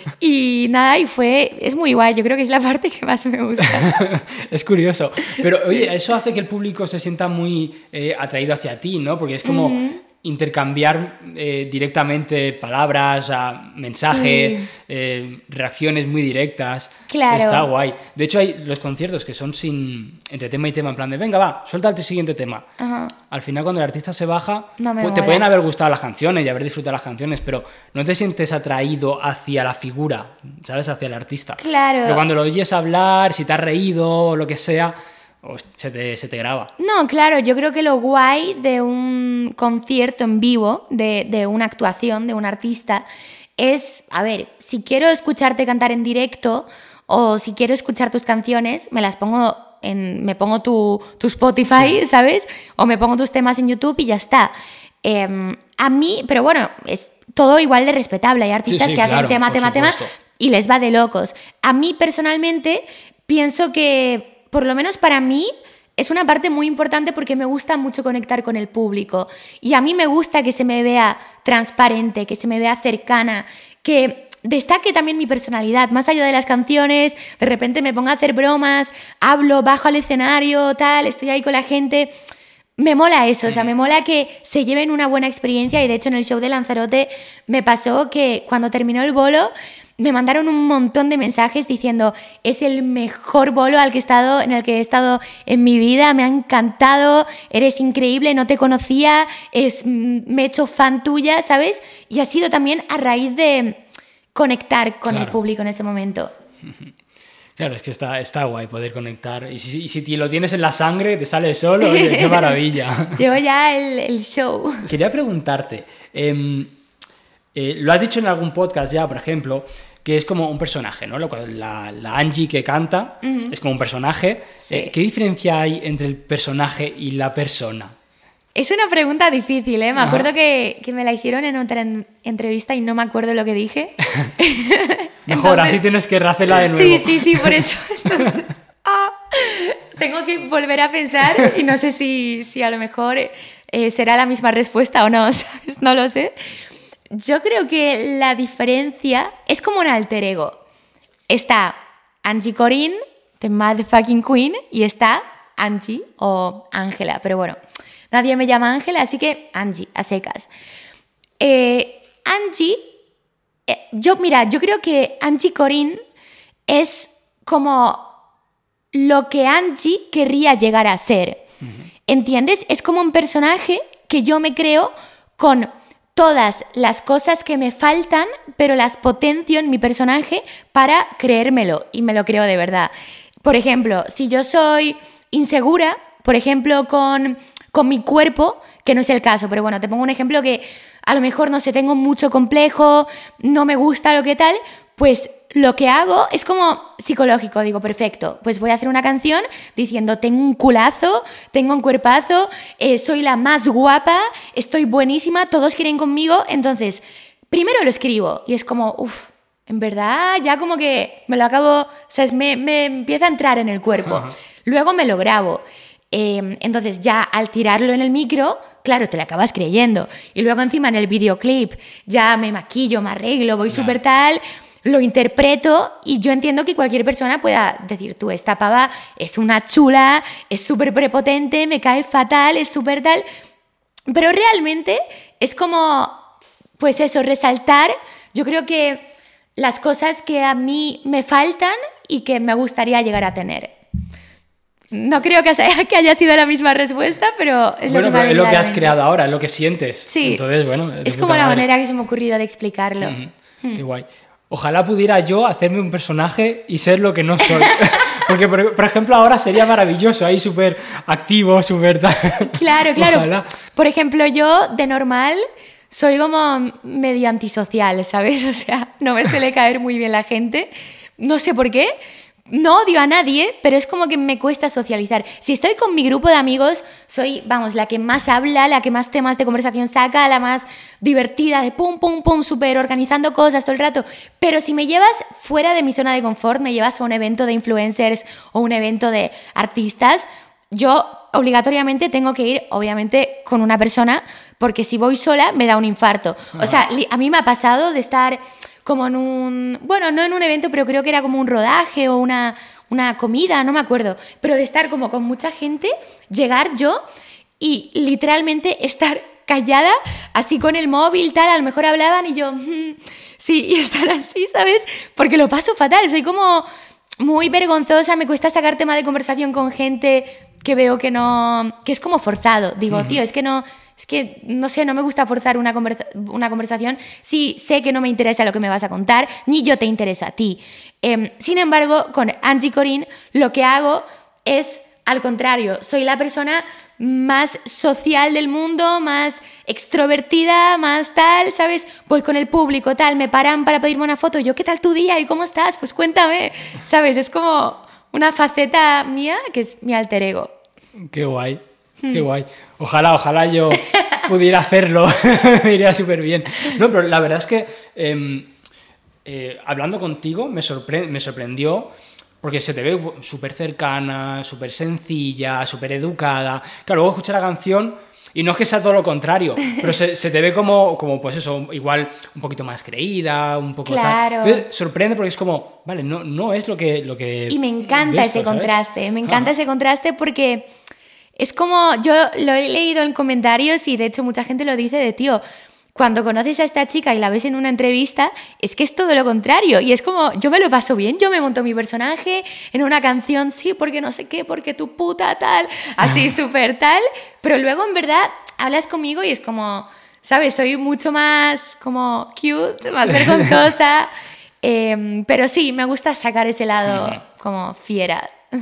Y nada, y fue, es muy guay, yo creo que es la parte que más me gusta. Es curioso, pero oye, eso hace que el público se sienta muy eh, atraído hacia ti, ¿no? Porque es como... Mm-hmm. intercambiar eh, directamente palabras, a mensajes, sí. eh, reacciones muy directas. Claro. Está guay. De hecho, hay los conciertos que son sin entre tema y tema, en plan de, venga, va, suelta el siguiente tema. Uh-huh. Al final, cuando el artista se baja, no me pues, te mola. pueden haber gustado las canciones y haber disfrutado las canciones, pero no te sientes atraído hacia la figura, ¿sabes? Hacia el artista. Claro. Pero cuando lo oyes hablar, si te has reído o lo que sea... Se te, se te graba. No, claro, yo creo que lo guay de un concierto en vivo, de, de una actuación de un artista, es, a ver, si quiero escucharte cantar en directo o si quiero escuchar tus canciones, me las pongo en, me pongo tu, tu Spotify, sí. ¿sabes? O me pongo tus temas en YouTube y ya está. Eh, a mí, pero bueno, es todo igual de respetable. Hay artistas sí, sí, que claro, hacen tema, tema, supuesto. tema y les va de locos. A mí personalmente pienso que por lo menos para mí, es una parte muy importante porque me gusta mucho conectar con el público. Y a mí me gusta que se me vea transparente, que se me vea cercana, que destaque también mi personalidad. Más allá de las canciones, de repente me pongo a hacer bromas, hablo, bajo al escenario, tal, estoy ahí con la gente. Me mola eso, o sea, me mola que se lleven una buena experiencia. Y de hecho en el show de Lanzarote me pasó que cuando terminó el bolo... me mandaron un montón de mensajes diciendo es el mejor bolo al que he estado, en el que he estado en mi vida, me ha encantado, eres increíble, no te conocía, es, me he hecho fan tuya, ¿sabes? Y ha sido también a raíz de conectar con claro. el público en ese momento. Claro, es que está, está guay poder conectar. Y si, y si lo tienes en la sangre, te sale solo, oye, qué maravilla. Llevo ya el, el show. Quería preguntarte... Eh, Eh, lo has dicho en algún podcast ya, por ejemplo, que es como un personaje, ¿no? La, la Angie que canta uh-huh. es como un personaje. Sí. Eh, ¿Qué diferencia hay entre el personaje y la persona? Es una pregunta difícil, ¿eh? Me Ajá. acuerdo que, que me la hicieron en otra en, entrevista y no me acuerdo lo que dije. Mejor, Entonces, así tienes que rehacerla de nuevo. Sí, sí, sí, por eso. Entonces, ah, tengo que volver a pensar y no sé si, si a lo mejor eh, será la misma respuesta o no, ¿sabes? No lo sé. Yo creo que la diferencia es como un alter ego. Está Angie Corrin, the motherfucking queen, y está Angie o Ángela. Pero bueno, nadie me llama Ángela, así que Angie, a secas. Eh, Angie, eh, yo, mira, yo creo que Angie Corrin es como lo que Angie querría llegar a ser. Uh-huh. ¿Entiendes? Es como un personaje que yo me creo con... todas las cosas que me faltan, pero las potencio en mi personaje para creérmelo, y me lo creo de verdad. Por ejemplo, si yo soy insegura, por ejemplo, con, con mi cuerpo, que no es el caso, pero bueno, te pongo un ejemplo que a lo mejor, no sé, tengo mucho complejo, no me gusta lo que tal, pues lo que hago es como psicológico. Digo, perfecto, pues voy a hacer una canción diciendo tengo un culazo, tengo un cuerpazo, eh, soy la más guapa, estoy buenísima, todos quieren conmigo. Entonces, primero lo escribo y es como, uff, en verdad ya como que me lo acabo, ¿sabes? Me, me empieza a entrar en el cuerpo. Uh-huh. Luego me lo grabo. Eh, entonces ya al tirarlo en el micro, claro, te lo acabas creyendo. Y luego encima en el videoclip ya me maquillo, me arreglo, voy súper tal... lo interpreto y yo entiendo que cualquier persona pueda decir, tú, esta pava es una chula, es súper prepotente, me cae fatal, es súper tal. Pero realmente es como, pues eso, resaltar, yo creo que las cosas que a mí me faltan y que me gustaría llegar a tener. No creo que haya, que haya sido la misma respuesta, pero es bueno, lo que me es lo que has creado ahora, es lo que sientes. Sí, entonces, bueno, es como la manera que se me ha ocurrido de explicarlo. Mm-hmm. Hmm. Qué guay. Ojalá pudiera yo hacerme un personaje y ser lo que no soy. Porque, por, por ejemplo, ahora sería maravilloso, ahí súper activo, súper tal. Claro, claro. Ojalá. Por ejemplo, yo de normal soy como medio antisocial, ¿sabes? O sea, no me suele caer muy bien la gente. No sé por qué. No odio a nadie, pero es como que me cuesta socializar. Si estoy con mi grupo de amigos, soy, vamos, la que más habla, la que más temas de conversación saca, la más divertida, de pum, pum, pum, súper organizando cosas todo el rato. Pero si me llevas fuera de mi zona de confort, me llevas a un evento de influencers o un evento de artistas, yo obligatoriamente tengo que ir, obviamente, con una persona, porque si voy sola me da un infarto. O sea, a mí me ha pasado de estar como en un... Bueno, no en un evento, pero creo que era como un rodaje o una, una comida, no me acuerdo. Pero de estar como con mucha gente, llegar yo y literalmente estar callada, así con el móvil, tal, a lo mejor hablaban y yo... Mm, sí, y estar así, ¿sabes? Porque lo paso fatal, soy como muy vergonzosa, me cuesta sacar tema de conversación con gente que veo que no... que es como forzado. Digo, uh-huh. tío, es que no... Es que, no sé, no me gusta forzar una, conversa- una conversación si sé que no me interesa lo que me vas a contar, ni yo te intereso a ti. Eh, sin embargo, con Angie Corín lo que hago es al contrario. Soy la persona más social del mundo, más extrovertida, más tal, ¿sabes? Voy con el público, tal, me paran para pedirme una foto. Yo, ¿qué tal tu día? ¿Y cómo estás? Pues cuéntame, ¿sabes? Es como una faceta mía que es mi alter ego. Qué guay. Qué guay. Ojalá, ojalá yo pudiera hacerlo. Me iría súper bien. No, pero la verdad es que eh, eh, hablando contigo me, sorpre- me sorprendió porque se te ve súper cercana, súper sencilla, súper educada. Claro, luego escuchar la canción y no es que sea todo lo contrario, pero se, se te ve como, como, pues eso, igual un poquito más creída, un poco claro. tal. Entonces sorprende porque es como, vale, no, no es lo que, lo que... Y me encanta esto, ese ¿sabes? contraste, me encanta Ah. ese contraste porque... Es como, yo lo he leído en comentarios y de hecho mucha gente lo dice de tío, cuando conoces a esta chica y la ves en una entrevista, es que es todo lo contrario. Y es como, yo me lo paso bien, yo me monto mi personaje en una canción, sí, porque no sé qué, porque tu puta tal, así súper tal, pero luego en verdad hablas conmigo y es como, ¿sabes? Soy mucho más como cute, más vergonzosa, eh, pero sí, me gusta sacar ese lado como fiera.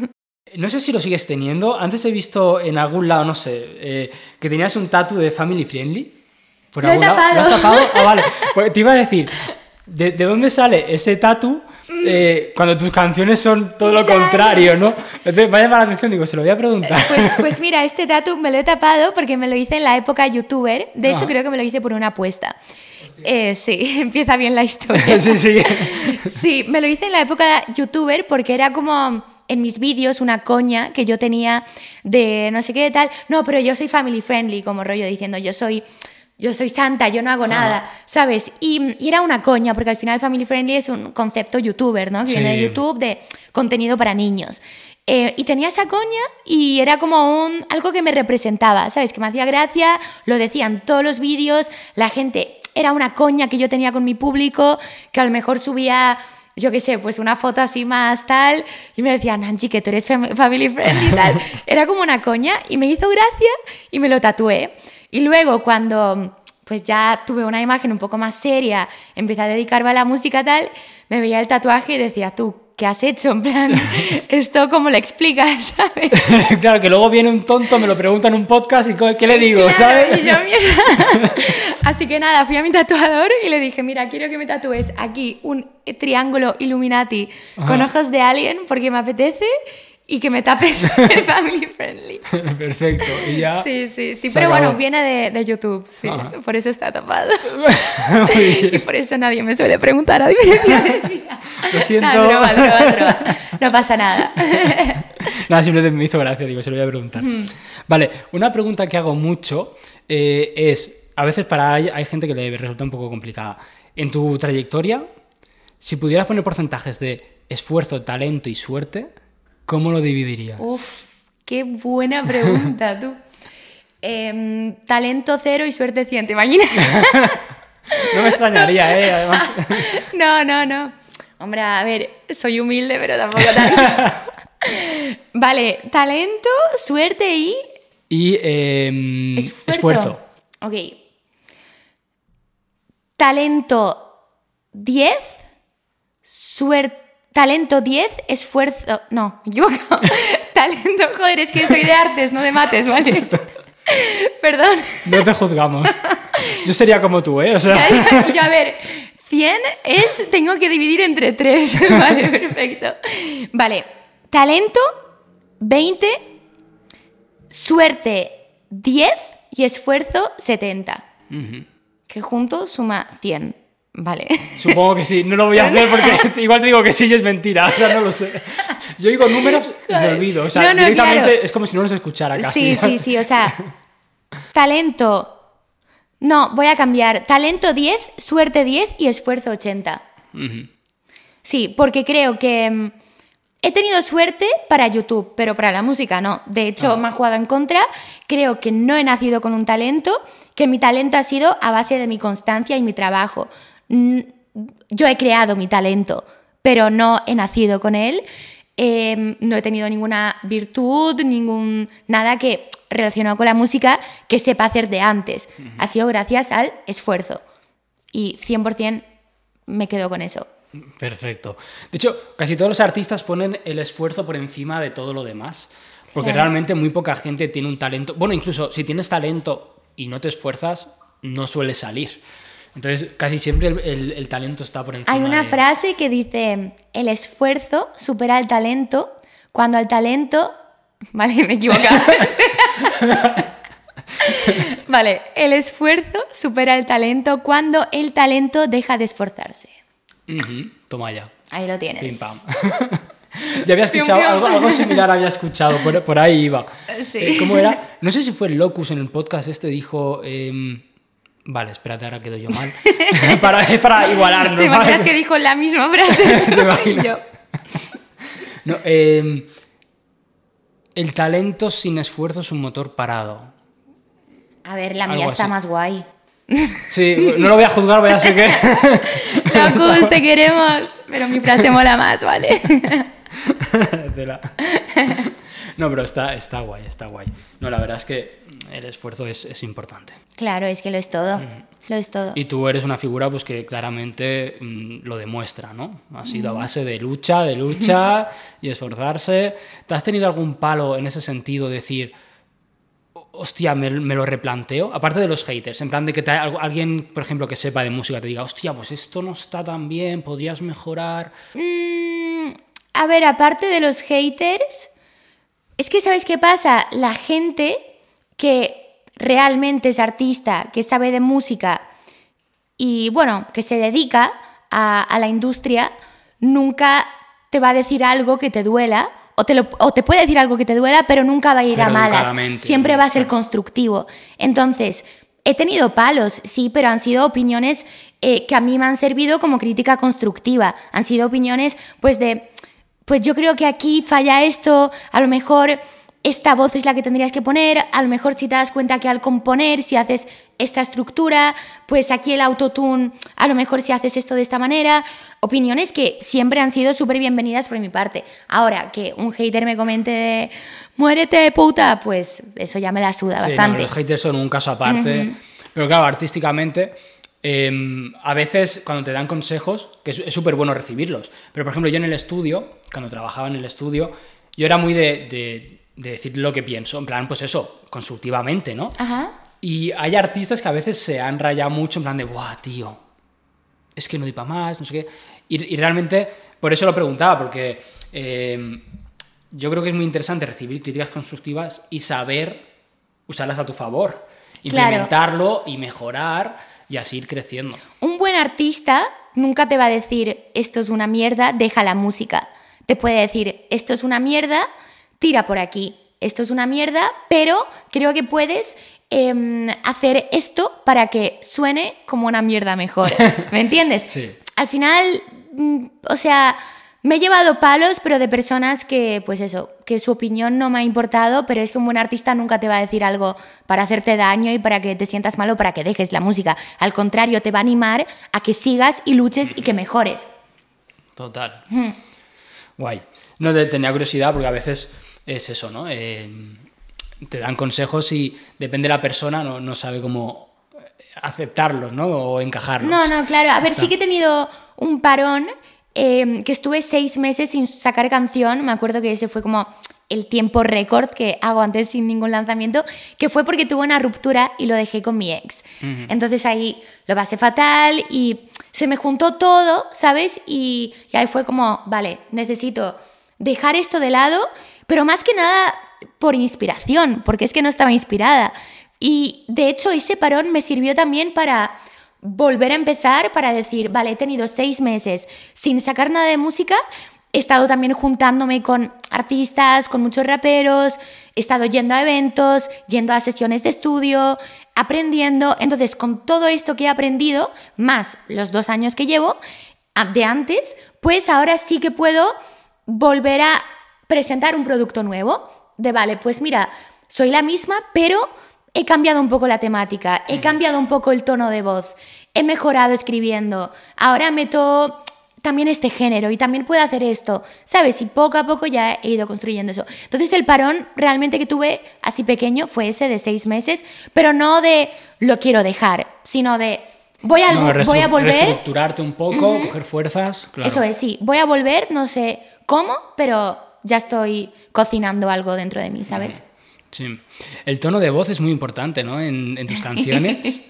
No sé si lo sigues teniendo. Antes he visto en algún lado, no sé, eh, que tenías un tatu de Family Friendly. ¿Por lo he tapado. ¿Lo has tapado? Ah, vale. Pues te iba a decir, ¿de, de dónde sale ese tatu eh, cuando tus canciones son todo lo ya, contrario, ¿no? Entonces me ha llamado la atención, digo, se lo voy a preguntar. Pues, pues mira, este tatu me lo he tapado porque me lo hice en la época youtuber. De hecho, ah. creo que me lo hice por una apuesta. Eh, sí, empieza bien la historia. Sí, sí. Sí, me lo hice en la época youtuber porque era como... en mis vídeos una coña que yo tenía de no sé qué tal, no, pero yo soy family friendly, como rollo diciendo yo soy, yo soy santa, yo no hago nada, ¿sabes? Y, y era una coña, porque al final family friendly es un concepto youtuber, ¿no? Que sí. viene de YouTube, de contenido para niños. Eh, y tenía esa coña y era como un, algo que me representaba, ¿sabes? Que me hacía gracia, lo decían todos los vídeos, la gente, era una coña que yo tenía con mi público, que a lo mejor subía... yo qué sé, pues una foto así más tal, y me decían, Angie, que tú eres family friendly y tal. Era como una coña y me hizo gracia y me lo tatué. Y luego cuando pues ya tuve una imagen un poco más seria, empecé a dedicarme a la música tal, me veía el tatuaje y decía, tú, ¿qué has hecho? En plan, ¿esto cómo lo explicas? ¿Sabes? Claro, que luego viene un tonto, me lo pregunta en un podcast y ¿qué le digo? Claro, ¿sabes? Y yo, mierda. Así que nada, fui a mi tatuador y le dije, mira, quiero que me tatúes aquí un triángulo Illuminati Ajá. con ojos de alien porque me apetece y que me tapes el family friendly. Perfecto. Y ya sí, sí, sí, pero bueno, viene de, de YouTube, sí, Ajá. por eso está tapado. Y por eso nadie me suele preguntar a diferencia de día. Lo siento. No, broma, broma, broma. No pasa nada. Nada, simplemente me hizo gracia, digo, se lo voy a preguntar. Mm. Vale, una pregunta que hago mucho eh, es, a veces para hay, hay gente que le resulta un poco complicada. En tu trayectoria, si pudieras poner porcentajes de esfuerzo, talento y suerte, ¿cómo lo dividirías? Uf, qué buena pregunta, tú. Eh, talento cero y suerte cien, ¿te imaginas? No me extrañaría, ¿eh? Además. No, no, no. Hombre, a ver, soy humilde, pero tampoco tanto. Vale, talento, suerte y... Y eh, esfuerzo. esfuerzo. Ok. Talento diez, suerte... talento diez, esfuerzo... No, me equivoco. Talento, joder, es que soy de artes, no de mates, ¿vale? Perdón. No te juzgamos. Yo sería como tú, ¿eh? O sea... Yo, a ver, cien es... Tengo que dividir entre tres. Vale, perfecto. Vale, talento veinte, suerte diez y esfuerzo setenta. Uh-huh. Que juntos suma cien. Vale. Supongo que sí. No lo voy a hacer porque igual te digo que sí y es mentira. O sea, no lo sé. Yo digo números y me olvido. O sea, no, no, directamente claro. Es como si no los escuchara casi. Sí, sí, sí. O sea, talento... No, voy a cambiar. Talento diez, suerte diez y esfuerzo ochenta. Uh-huh. Sí, porque creo que... Um, he tenido suerte para YouTube, pero para la música no. De hecho, ah. me ha jugado en contra. Creo que no he nacido con un talento, que mi talento ha sido a base de mi constancia y mi trabajo. Yo he creado mi talento, pero no he nacido con él. Eh, no he tenido ninguna virtud, ningún nada que relacionado con la música que sepa hacer de antes. Uh-huh. Ha sido gracias al esfuerzo. Y cien por ciento me quedo con eso. Perfecto. De hecho, casi todos los artistas ponen el esfuerzo por encima de todo lo demás. Porque claro. realmente muy poca gente tiene un talento. Bueno, incluso si tienes talento y no te esfuerzas, no suele salir. Entonces, casi siempre el, el, el talento está por encima. Hay una de... frase que dice, el esfuerzo supera el talento cuando el talento... Vale, me he equivocado. Vale, el esfuerzo supera el talento cuando el talento deja de esforzarse. Uh-huh. Toma ya. Ahí lo tienes. Pim, pam. Ya había escuchado, algo, algo similar había escuchado, por, por ahí iba. Sí. Eh, ¿Cómo era? No sé si fue Locus en el podcast este, dijo... Eh, Vale, espérate, ahora quedo yo mal. para, para igualarnos. ¿Te imaginas ¿vale? que dijo la misma frase? ¿Te yo. No, eh, el talento sin esfuerzo es un motor parado. A ver, la Algo mía está así. más guay. Sí, no lo voy a juzgar, voy a ser que... Locus, te queremos. Pero mi frase mola más, ¿vale? No, pero está, está guay, está guay. No, la verdad es que el esfuerzo es, es importante. Claro, es que lo es todo. Mm. Lo es todo. Y tú eres una figura pues, que claramente mmm, lo demuestra, ¿no? Ha sido a base de lucha, de lucha y esforzarse. ¿Te has tenido algún palo en ese sentido? Decir, hostia, me, me lo replanteo. Aparte de los haters, en plan de que te, alguien, por ejemplo, que sepa de música te diga, hostia, pues esto no está tan bien, podrías mejorar. Mm, a ver, aparte de los haters... Es que, ¿sabes qué pasa? La gente que realmente es artista, que sabe de música y, bueno, que se dedica a, a la industria, nunca te va a decir algo que te duela, o te, lo, o te puede decir algo que te duela, pero nunca va a ir pero a malas. Siempre va a ser constructivo. Entonces, he tenido palos, sí, pero han sido opiniones eh, que a mí me han servido como crítica constructiva. Han sido opiniones, pues, de... Pues yo creo que aquí falla esto, a lo mejor esta voz es la que tendrías que poner, a lo mejor si te das cuenta que al componer, si haces esta estructura, pues aquí el autotune, a lo mejor si haces esto de esta manera. Opiniones que siempre han sido súper bienvenidas por mi parte. Ahora, que un hater me comente de muérete, puta, pues eso ya me la suda sí, bastante. No, los haters son un caso aparte, uh-huh. Pero claro, artísticamente... Eh, a veces cuando te dan consejos, que es súper bueno recibirlos, pero por ejemplo yo en el estudio, cuando trabajaba en el estudio, yo era muy de, de, de decir lo que pienso, en plan, pues eso, constructivamente, ¿no? Ajá. Y hay artistas que a veces se han rayado mucho en plan de, ¡buah, tío! Es que no doy para más, no sé qué. Y, y realmente, por eso lo preguntaba, porque eh, yo creo que es muy interesante recibir críticas constructivas y saber usarlas a tu favor, implementarlo claro. Y mejorar... y así ir creciendo. Un buen artista nunca te va a decir esto es una mierda, deja la música. Te puede decir esto es una mierda, tira por aquí. Esto es una mierda, pero creo que puedes eh, hacer esto para que suene como una mierda mejor. ¿Me entiendes? Sí. Al final, o sea... Me he llevado palos, pero de personas que, pues eso, que su opinión no me ha importado, pero es que un buen artista nunca te va a decir algo para hacerte daño y para que te sientas mal o para que dejes la música. Al contrario, te va a animar a que sigas y luches y que mejores. Total. Mm. Guay. No, tenía curiosidad porque a veces es eso, ¿no? Eh, te dan consejos y depende de la persona, no, no sabe cómo aceptarlos, ¿no? O encajarlos. No, no, claro. A ver, sí que he tenido un parón... eh, que estuve seis meses sin sacar canción. Me acuerdo que ese fue como el tiempo récord que hago antes sin ningún lanzamiento, que fue porque tuve una ruptura y lo dejé con mi ex. Uh-huh. Entonces ahí lo pasé fatal y se me juntó todo, ¿sabes? Y, y ahí fue como, vale, necesito dejar esto de lado, pero más que nada por inspiración, porque es que no estaba inspirada. Y de hecho ese parón me sirvió también para volver a empezar, para decir, vale, he tenido seis meses sin sacar nada de música. He estado también juntándome con artistas, con muchos raperos, he estado yendo a eventos, yendo a sesiones de estudio, aprendiendo. Entonces, con todo esto que he aprendido, más los dos años que llevo de antes, pues ahora sí que puedo volver a presentar un producto nuevo. De vale, pues mira, soy la misma, pero he cambiado un poco la temática, he cambiado un poco el tono de voz, he mejorado escribiendo, ahora meto también este género y también puedo hacer esto, ¿sabes? Y poco a poco ya he ido construyendo eso. Entonces el parón realmente que tuve así pequeño fue ese de seis meses, pero no de lo quiero dejar, sino de voy a, no, voy a volver... reestructurarte un poco, uh-huh. coger fuerzas, claro. Eso es, sí, voy a volver, no sé cómo, pero ya estoy cocinando algo dentro de mí, ¿sabes? Sí. El tono de voz es muy importante, ¿no? En, en tus canciones.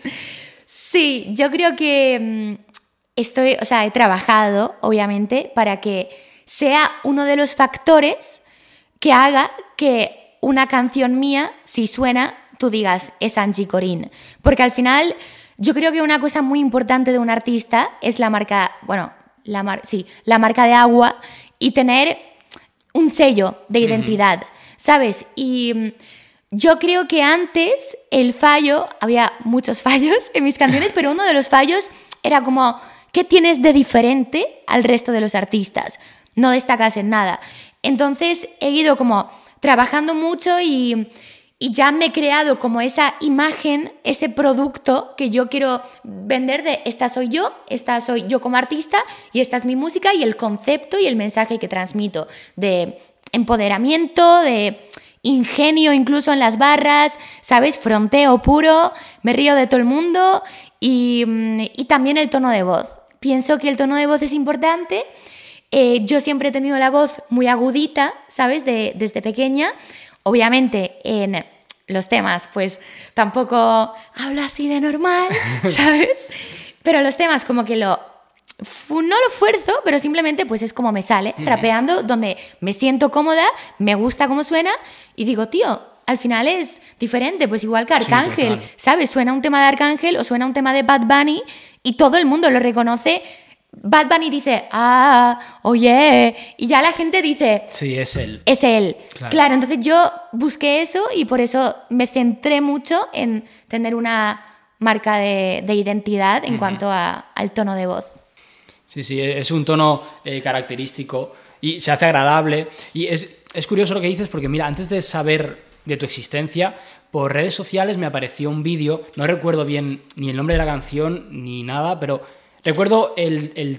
Sí, yo creo que... Estoy, o sea, he trabajado, obviamente, para que sea uno de los factores que haga que una canción mía, si suena, tú digas, es Angie Corín. Porque al final, yo creo que una cosa muy importante de un artista es la marca, bueno, la mar, sí, la marca de agua y tener un sello de identidad, uh-huh. ¿sabes? Y yo creo que antes el fallo, había muchos fallos en mis canciones, pero uno de los fallos era como... ¿Qué tienes de diferente al resto de los artistas? No destacas en nada. Entonces he ido como trabajando mucho y, y ya me he creado como esa imagen, ese producto que yo quiero vender de esta soy yo, esta soy yo como artista y esta es mi música y el concepto y el mensaje que transmito de empoderamiento, de ingenio incluso en las barras, ¿sabes? Fronteo puro, me río de todo el mundo y, y también el tono de voz. Pienso que el tono de voz es importante. Eh, yo siempre he tenido la voz muy agudita, ¿sabes? De, desde pequeña. Obviamente en los temas, pues tampoco hablo así de normal, ¿sabes? Pero los temas como que lo... No lo fuerzo, pero simplemente pues es como me sale, uh-huh. rapeando, donde me siento cómoda, me gusta cómo suena y digo, tío, al final es diferente, pues igual que Arcángel, sí, ¿sabes? Suena un tema de Arcángel o suena un tema de Bad Bunny y todo el mundo lo reconoce. Bad Bunny dice, ah, oye, y ya la gente dice... Sí, es él. Es él. Claro. claro, entonces yo busqué eso y por eso me centré mucho en tener una marca de, de identidad en uh-huh. cuanto a, al tono de voz. Sí, sí, es un tono eh, característico y se hace agradable. Y es, es curioso lo que dices porque, mira, antes de saber de tu existencia, por redes sociales me apareció un vídeo, no recuerdo bien ni el nombre de la canción ni nada, pero recuerdo el, el,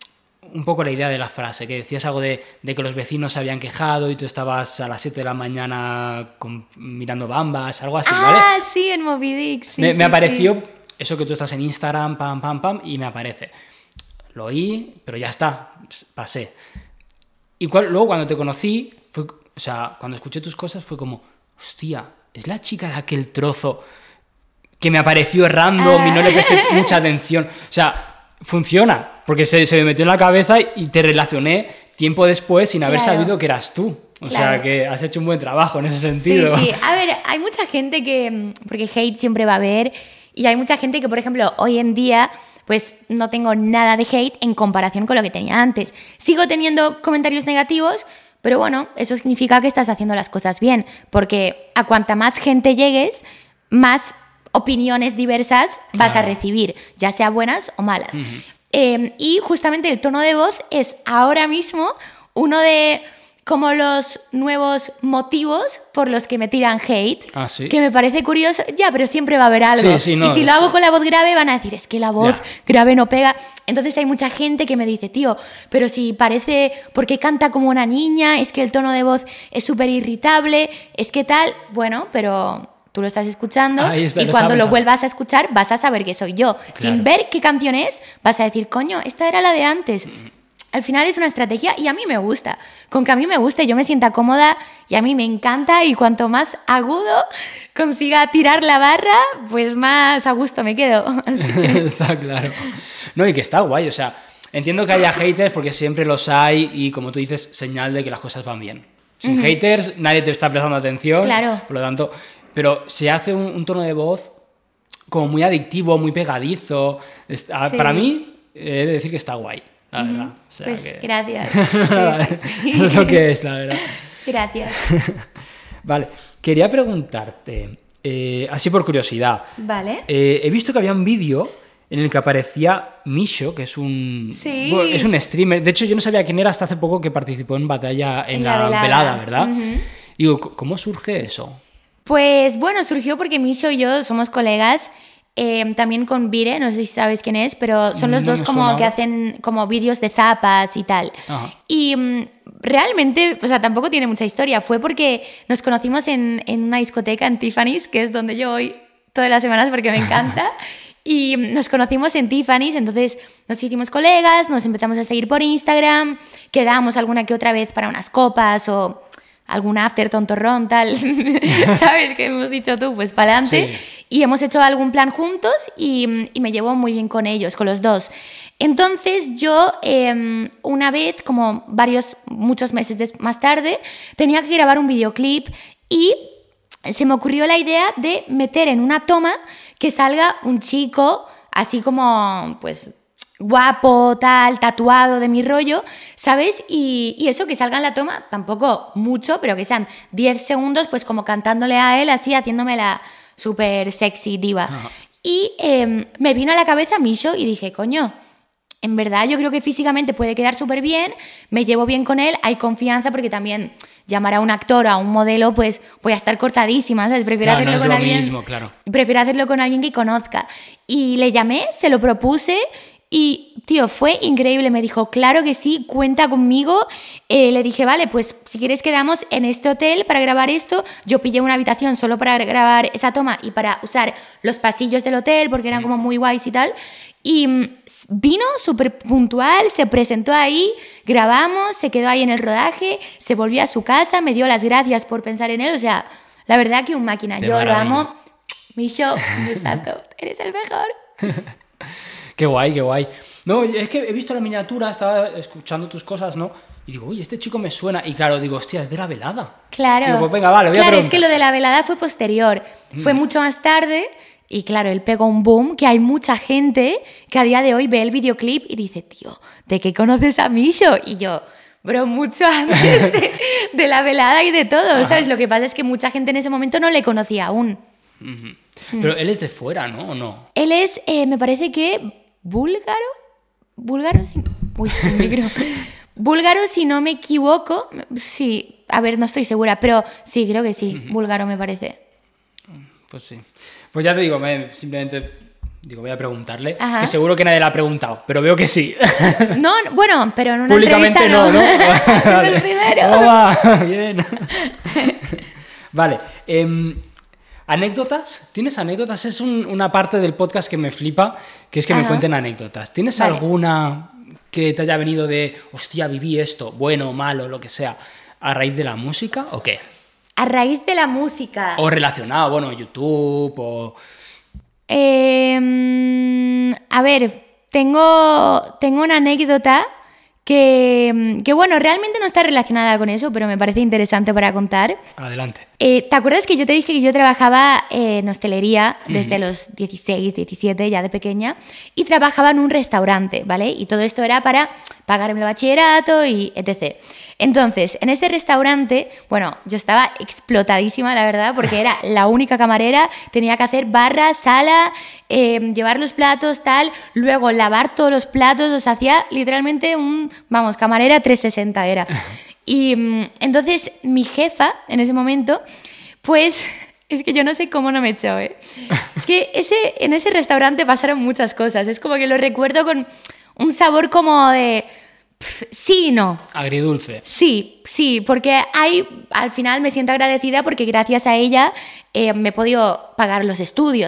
un poco la idea de la frase, que decías algo de, de que los vecinos se habían quejado y tú estabas a las siete de la mañana con, mirando Bambas, algo así, ¿vale? Ah, sí, en Moby Dick, sí, Me, sí, me apareció sí. Eso que tú estás en Instagram, pam, pam, pam, y me aparece. Lo oí, pero ya está, pasé. Y cual, luego cuando te conocí, fue, o sea, cuando escuché tus cosas fue como, hostia, es la chica de aquel trozo que me apareció random ah. y no le presté mucha atención. O sea, funciona, porque se, se me metió en la cabeza y te relacioné tiempo después sin haber claro. sabido que eras tú. O claro. sea, que has hecho un buen trabajo en ese sentido. Sí, sí. A ver, hay mucha gente que... Porque hate siempre va a haber. Y hay mucha gente que, por ejemplo, hoy en día... pues no tengo nada de hate en comparación con lo que tenía antes. Sigo teniendo comentarios negativos, pero bueno, eso significa que estás haciendo las cosas bien, porque a cuanta más gente llegues, más opiniones diversas vas claro. a recibir, ya sea buenas o malas. Uh-huh. Eh, y justamente el tono de voz es ahora mismo uno de como los nuevos motivos por los que me tiran hate, ¿Ah, sí? que me parece curioso. Ya, pero siempre va a haber algo. Sí, sí, no, y si lo hago con la voz grave van a decir, es que la voz ya. grave no pega. Entonces hay mucha gente que me dice, tío, pero si parece, porque canta como una niña, es que el tono de voz es súper irritable, es que tal, bueno, pero... Tú lo estás escuchando está, y lo cuando lo vuelvas a escuchar vas a saber que soy yo. Claro. Sin ver qué canción es, vas a decir, coño, esta era la de antes. al final es una estrategia y a mí me gusta. Con que a mí me guste, yo me sienta cómoda y a mí me encanta y cuanto más agudo consiga tirar la barra, pues más a gusto me quedo. Así que... Está claro. No, y que está guay, o sea, entiendo que haya haters porque siempre los hay y como tú dices, señal de que las cosas van bien. Sin uh-huh. haters nadie te está prestando atención, claro. Por lo tanto, pero se hace un, un tono de voz como muy adictivo, muy pegadizo. Está, sí. Para mí, he de decir que está guay, la verdad. O sea, pues que... gracias. Sí, sí, sí. Es lo que es, la verdad. Gracias. Vale, quería preguntarte, eh, así por curiosidad. Vale. Eh, he visto que había un vídeo en el que aparecía Misho, que es un, sí. bueno, es un streamer. De hecho, yo no sabía quién era hasta hace poco que participó en Batalla en, en la, la velada, velada ¿verdad? Uh-huh. Digo, ¿cómo surge eso? Pues bueno, surgió porque Misho y yo somos colegas, eh, también con Vire, no sé si sabes quién es, pero son los no dos como que hacen como vídeos de zapas y tal. Ajá. Y um, realmente, o sea, tampoco tiene mucha historia. Fue porque nos conocimos en, en una discoteca en Tiffany's, que es donde yo voy todas las semanas porque me encanta. Y nos conocimos en Tiffany's, entonces nos hicimos colegas, nos empezamos a seguir por Instagram, quedábamos alguna que otra vez para unas copas o algún after tontorrón, tal, ¿sabes? Que hemos dicho tú, pues para adelante. Sí. Y hemos hecho algún plan juntos y, y me llevo muy bien con ellos, con los dos. Entonces yo eh, una vez, como varios, muchos meses des- más tarde, tenía que grabar un videoclip y se me ocurrió la idea de meter en una toma que salga un chico así como, pues, guapo, tal, tatuado de mi rollo, ¿sabes? Y, y eso, que salga en la toma, tampoco mucho, pero que sean diez segundos, pues como cantándole a él, así, haciéndome la súper sexy diva. Ajá. Y eh, me vino a la cabeza Misho y dije, coño, en verdad yo creo que físicamente puede quedar súper bien, me llevo bien con él, hay confianza porque también llamar a un actor o a un modelo, pues voy a estar cortadísima, ¿sabes? Prefiero claro, hacerlo no con es lo alguien. Mismo, claro. Prefiero hacerlo con alguien que conozca. Y le llamé, se lo propuse y, tío, fue increíble. Me dijo, claro que sí, cuenta conmigo. Eh, le dije, vale, pues si quieres quedamos en este hotel para grabar esto. Yo pillé una habitación solo para grabar esa toma y para usar los pasillos del hotel porque eran como muy guays y tal. Y vino súper puntual, se presentó ahí, grabamos, se quedó ahí en el rodaje, se volvió a su casa, me dio las gracias por pensar en él. O sea, la verdad que un máquina. De Yo maravilla. Lo amo. Misho, un besazo. Eres el mejor. Qué guay, qué guay. No, es que he visto la miniatura, estaba escuchando tus cosas, ¿no? Y digo, oye, este chico me suena. Y claro, digo, hostia, es de la velada. Claro. Digo, pues venga, vale, voy claro, a preguntar. Es que lo de la velada fue posterior. Mm. Fue mucho más tarde. Y claro, él pegó un boom, que hay mucha gente que a día de hoy ve el videoclip y dice, tío, ¿de qué conoces a Misho? Y yo, bro, mucho antes de, de la velada y de todo, Ajá. ¿sabes? Lo que pasa es que mucha gente en ese momento no le conocía aún. Uh-huh. Pero él es de fuera, ¿no? ¿O no? Él es, eh, me parece que, búlgaro. Búlgaro, si... Uy, el micro. Búlgaro, si no me equivoco. Sí, a ver, no estoy segura, pero sí, creo que sí. Uh-huh. Búlgaro me parece. Pues sí. Pues ya te digo, me, simplemente digo, voy a preguntarle, Ajá. que seguro que nadie le ha preguntado, pero veo que sí. No, bueno, pero en una públicamente entrevista no, ¿no? Ha sido el primero. ¿Cómo va? Bien. Vale. Eh, ¿Anécdotas? ¿Tienes anécdotas? Es un, una parte del podcast que me flipa, que es que Ajá. me cuenten anécdotas. ¿Tienes vale. alguna que te haya venido de, hostia, viví esto, bueno, malo, lo que sea, a raíz de la música o qué? A raíz de la música. O relacionado, bueno, YouTube o... Eh, a ver, tengo, tengo una anécdota que, que, bueno, realmente no está relacionada con eso, pero me parece interesante para contar. Adelante. Eh, ¿Te acuerdas que yo te dije que yo trabajaba en hostelería desde mm. los dieciséis, diecisiete, ya de pequeña, y trabajaba en un restaurante, ¿vale? Y todo esto era para pagarme el bachillerato y etcétera. Entonces, en ese restaurante, bueno, yo estaba explotadísima, la verdad, porque era la única camarera, tenía que hacer barra, sala, eh, llevar los platos, tal, luego lavar todos los platos, o sea, hacía literalmente un, vamos, camarera trescientos sesenta era. Y entonces mi jefa, en ese momento, pues, es que yo no sé cómo no me echó, ¿eh? Es que ese, en ese restaurante pasaron muchas cosas, es como que lo recuerdo con un sabor como de... Pff, sí y no. Agridulce. Sí, sí, porque hay, al final me siento agradecida porque gracias a ella eh, me he podido pagar los estudios.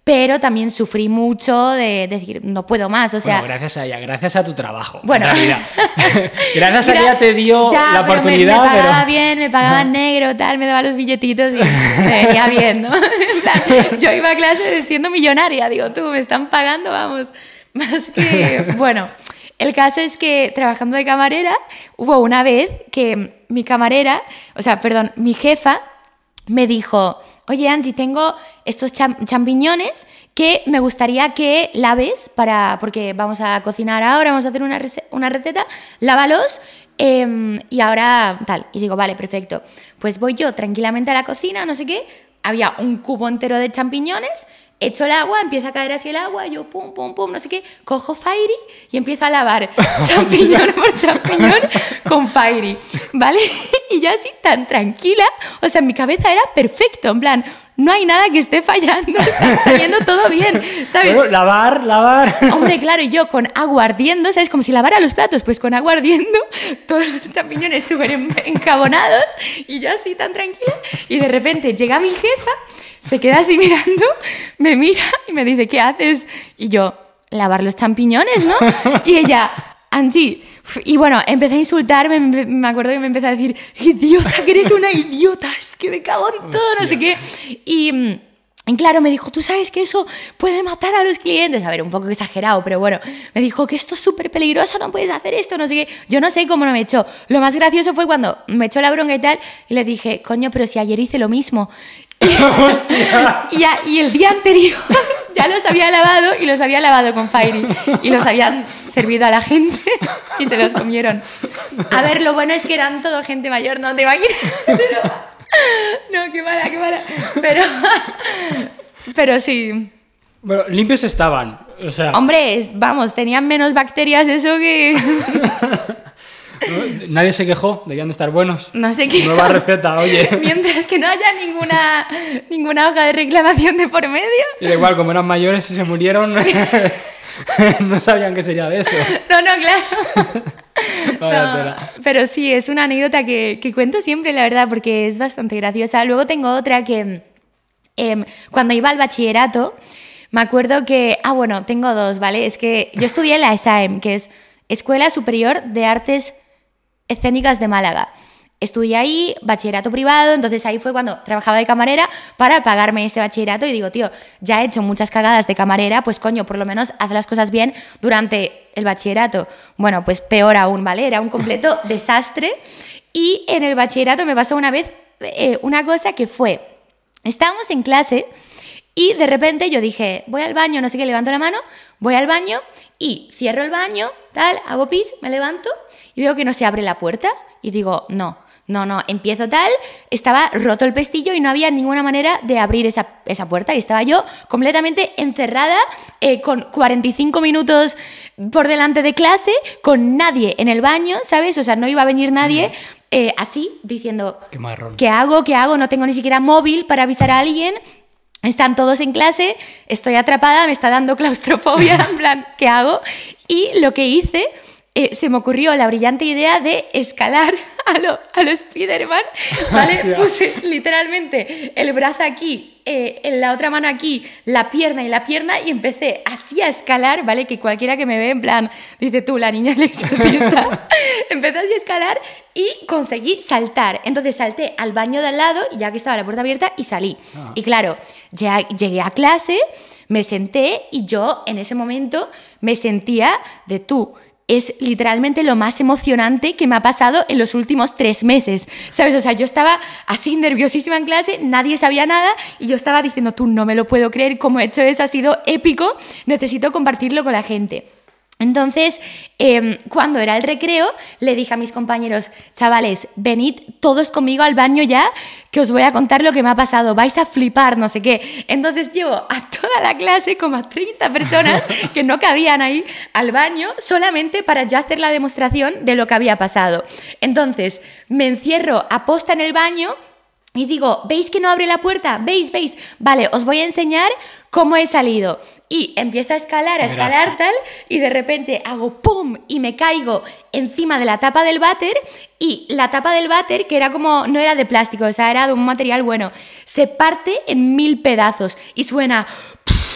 pero también sufrí mucho de, de decir, no puedo más, o sea... Bueno, gracias a ella, gracias a tu trabajo, bueno, en realidad. Gracias a que ella te dio ya, la pero oportunidad, me, me pagaba pero... bien, me pagaba en negro, tal, me daba los billetitos y me venía bien, ¿no? En plan, yo iba a clase siendo millonaria, digo, tú, me están pagando, vamos. Más que... Bueno, el caso es que trabajando de camarera, hubo una vez que mi camarera, o sea, perdón, mi jefa me dijo... Oye, Angie, tengo estos cham- champiñones que me gustaría que laves para, porque vamos a cocinar ahora, vamos a hacer una, rece- una receta, lávalos eh, y ahora tal. Y digo, vale, perfecto. Pues voy yo tranquilamente a la cocina, no sé qué, había un cubo entero de champiñones, echo el agua, empieza a caer así el agua, yo pum, pum, pum, no sé qué, cojo Fairy y empiezo a lavar champiñón por champiñón con Fairy, ¿vale? Y yo así tan tranquila, o sea, en mi cabeza era perfecto, en plan, no hay nada que esté fallando, está saliendo todo bien, ¿sabes? Bueno, lavar, lavar. Hombre, claro, y yo con agua ardiendo, ¿sabes? Como si lavara los platos, pues con agua ardiendo, todos los champiñones súper encabonados y yo así tan tranquila, y de repente llega mi jefa, se queda así mirando, me mira y me dice, ¿qué haces? Y yo, lavar los champiñones, ¿no? Y ella, Angie, y bueno, empecé a insultarme, me acuerdo que me empezó a decir, idiota, que eres una idiota, es que me cago en todo, no sé qué. Y... Y claro, me dijo, tú sabes que eso puede matar a los clientes. A ver, un poco exagerado, pero bueno. Me dijo que esto es súper peligroso, no puedes hacer esto, no sé qué. Yo no sé cómo no me echó. Lo más gracioso fue cuando me echó la bronca y tal, y le dije, coño, pero si ayer hice lo mismo. ¡Hostia! Y, ya, y el día anterior ya los había lavado y los había lavado con Fairy. Y los habían servido a la gente y se los comieron. A ver, lo bueno es que eran todo gente mayor, no te imaginas. Pero... No, qué mala, qué mala. Pero, pero sí. Bueno, limpios estaban. O sea... Hombre, vamos, tenían menos bacterias eso que... ¿No? Nadie se quejó, debían de estar buenos. No sé qué. Nueva receta, oye. Mientras que no haya ninguna, ninguna hoja de reclamación de por medio. Y da igual, como eran mayores y se murieron, no sabían qué sería de eso. No, no, claro. Vaya No, tela. pero sí, es una anécdota que, que cuento siempre, la verdad, porque es bastante graciosa. Luego tengo otra que eh, cuando iba al bachillerato, me acuerdo que... Ah, bueno, tengo dos, ¿vale? Es que yo estudié en la E S A E M, que es Escuela Superior de Artes Escénicas de Málaga. Estudié ahí, bachillerato privado, entonces ahí fue cuando trabajaba de camarera para pagarme ese bachillerato y digo, tío, ya he hecho muchas cagadas de camarera, pues coño, por lo menos haz las cosas bien durante el bachillerato. Bueno, pues peor aún, ¿vale? Era un completo desastre y en el bachillerato me pasó una vez eh, una cosa que fue, estábamos en clase y de repente yo dije, voy al baño, no sé qué, levanto la mano, voy al baño y cierro el baño, tal, hago pis, me levanto y veo que no se abre la puerta y digo, no. No, no, empiezo tal, estaba roto el pestillo y no había ninguna manera de abrir esa, esa puerta y estaba yo completamente encerrada eh, con cuarenta y cinco minutos por delante de clase, con nadie en el baño, ¿sabes? O sea, no iba a venir nadie eh, así, diciendo, Qué marrón. ¿qué hago? ¿Qué hago? No tengo ni siquiera móvil para avisar a alguien. Están todos en clase, estoy atrapada, me está dando claustrofobia, en plan, ¿qué hago? Y lo que hice... Eh, se me ocurrió la brillante idea de escalar a lo, a lo Spiderman, ¿vale? Hostia. Puse literalmente el brazo aquí, eh, en la otra mano aquí, la pierna y la pierna y empecé así a escalar, ¿vale? Que cualquiera que me ve en plan, dice tú, la niña del exorcista. Empecé así a escalar y conseguí saltar. Entonces salté al baño de al lado, ya que estaba la puerta abierta, y salí. Ah. Y claro, ya llegué a clase, me senté y yo en ese momento me sentía de tú. Es literalmente lo más emocionante que me ha pasado en los últimos tres meses, ¿sabes? O sea, yo estaba así nerviosísima en clase, nadie sabía nada y yo estaba diciendo, tú, no me lo puedo creer, cómo he hecho eso, ha sido épico, necesito compartirlo con la gente. Entonces, eh, cuando era el recreo, le dije a mis compañeros, chavales, venid todos conmigo al baño ya, que os voy a contar lo que me ha pasado, vais a flipar, no sé qué. Entonces llevo a toda la clase, como a treinta personas que no cabían ahí, al baño, solamente para ya hacer la demostración de lo que había pasado. Entonces, me encierro a posta en el baño y digo, ¿veis que no abre la puerta? ¿Veis? ¿Veis? Vale, os voy a enseñar cómo he salido. Y empiezo a escalar, a escalar tal, y de repente hago ¡pum! Y me caigo encima de la tapa del váter, y la tapa del váter, que era como, no era de plástico, o sea, era de un material bueno, se parte en mil pedazos y suena...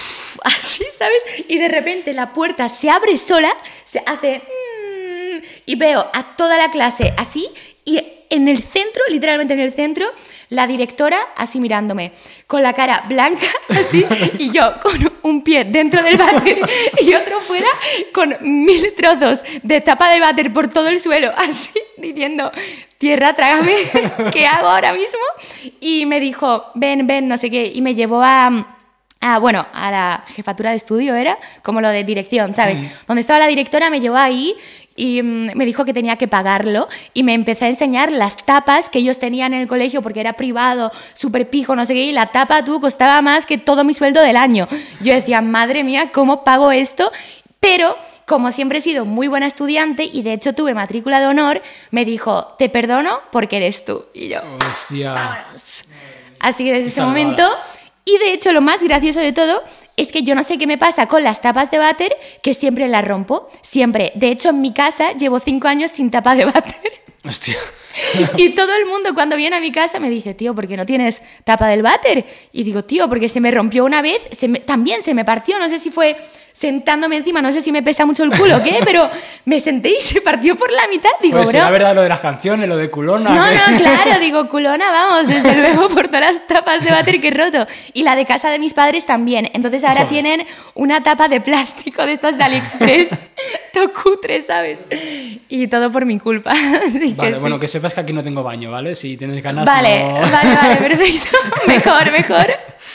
así, ¿sabes? Y de repente la puerta se abre sola, se hace... Mmm, y veo a toda la clase así, y en el centro, literalmente en el centro, la directora así mirándome, con la cara blanca, así, y yo con un pie dentro del váter y otro fuera, con mil trozos de tapa de váter por todo el suelo, así, diciendo, tierra, trágame, ¿qué hago ahora mismo? Y me dijo, ven, ven, no sé qué, y me llevó a... Ah, bueno, a la jefatura de estudio era, como lo de dirección, ¿sabes? Mm. Donde estaba la directora me llevó ahí y mm, me dijo que tenía que pagarlo y me empezó a enseñar las tapas que ellos tenían en el colegio porque era privado, súper pijo, no sé qué, y la tapa, tú, costaba más que todo mi sueldo del año. Yo decía, madre mía, ¿cómo pago esto? Pero... como siempre he sido muy buena estudiante y de hecho tuve matrícula de honor, me dijo, te perdono porque eres tú. Y yo, hostia. Vámonos. Así que desde ese momento... Y de hecho lo más gracioso de todo es que yo no sé qué me pasa con las tapas de váter, que siempre las rompo, siempre. De hecho en mi casa llevo cinco años sin tapa de váter. Hostia. Y todo el mundo cuando viene a mi casa me dice, tío, ¿por qué no tienes tapa del váter? Y digo, tío, porque se me rompió una vez, se me, también se me partió, no sé si fue sentándome encima, no sé si me pesa mucho el culo o qué, pero me senté y se partió por la mitad. Digo, pues bro... será verdad lo de las canciones, lo de culona. No, que... no, claro, digo, culona, vamos, desde luego por todas las tapas de váter que he roto. Y la de casa de mis padres también. Entonces ahora Joder. tienen una tapa de plástico de estas de AliExpress, todo cutre, ¿sabes? Y todo por mi culpa. Así vale, que bueno, sí. que sepas que aquí no tengo baño, ¿vale? Si tienes ganas, Vale, no... vale, vale, perfecto. Mejor, mejor.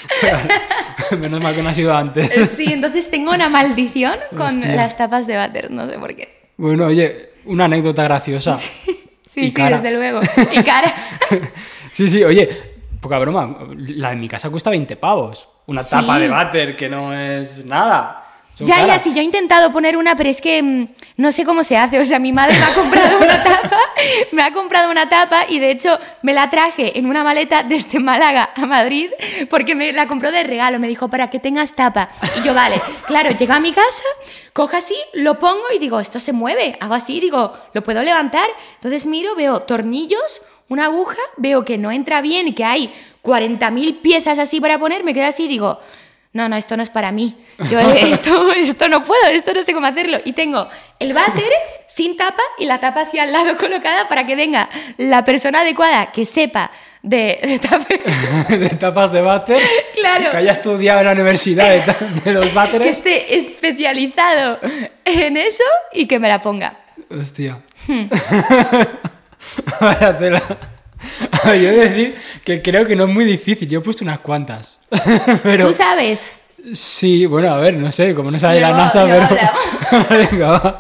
Vale. Menos mal que no ha sido antes. Sí, entonces tengo una maldición con Hostia. las tapas de váter, no sé por qué. Bueno, oye, una anécdota graciosa. Sí, sí, y sí cara. desde luego. Y cara. Sí, sí, oye, poca broma, la de mi casa cuesta veinte pavos. Una Sí. tapa de váter que no es nada. Son Ya, caras. ya, sí, yo he intentado poner una, pero es que mmm, no sé cómo se hace. O sea, mi madre me ha comprado una tapa, me ha comprado una tapa y de hecho me la traje en una maleta desde Málaga a Madrid porque me la compró de regalo. Me dijo, para que tengas tapa. Y yo, vale, claro, llego a mi casa, cojo así, lo pongo y digo, esto se mueve. Hago así, digo, ¿lo puedo levantar? Entonces miro, veo tornillos, una aguja, veo que no entra bien y que hay cuarenta mil piezas así para poner, me quedo así, digo... No, no, esto no es para mí. Yo esto, esto no puedo, esto no sé cómo hacerlo. Y tengo el váter sin tapa y la tapa así al lado colocada para que venga la persona adecuada que sepa de, de tapas. de tapas de váter. Claro. Que haya estudiado en la universidad de, de los váteres. Que esté especializado en eso y que me la ponga. Hostia. Hmm. Vaya tela. Yo he de decir que creo que no es muy difícil. Yo he puesto unas cuantas. Pero... ¿Tú sabes? Sí, bueno, a ver, no sé, como no sabe Sí, la luego, NASA, luego pero... Venga, va.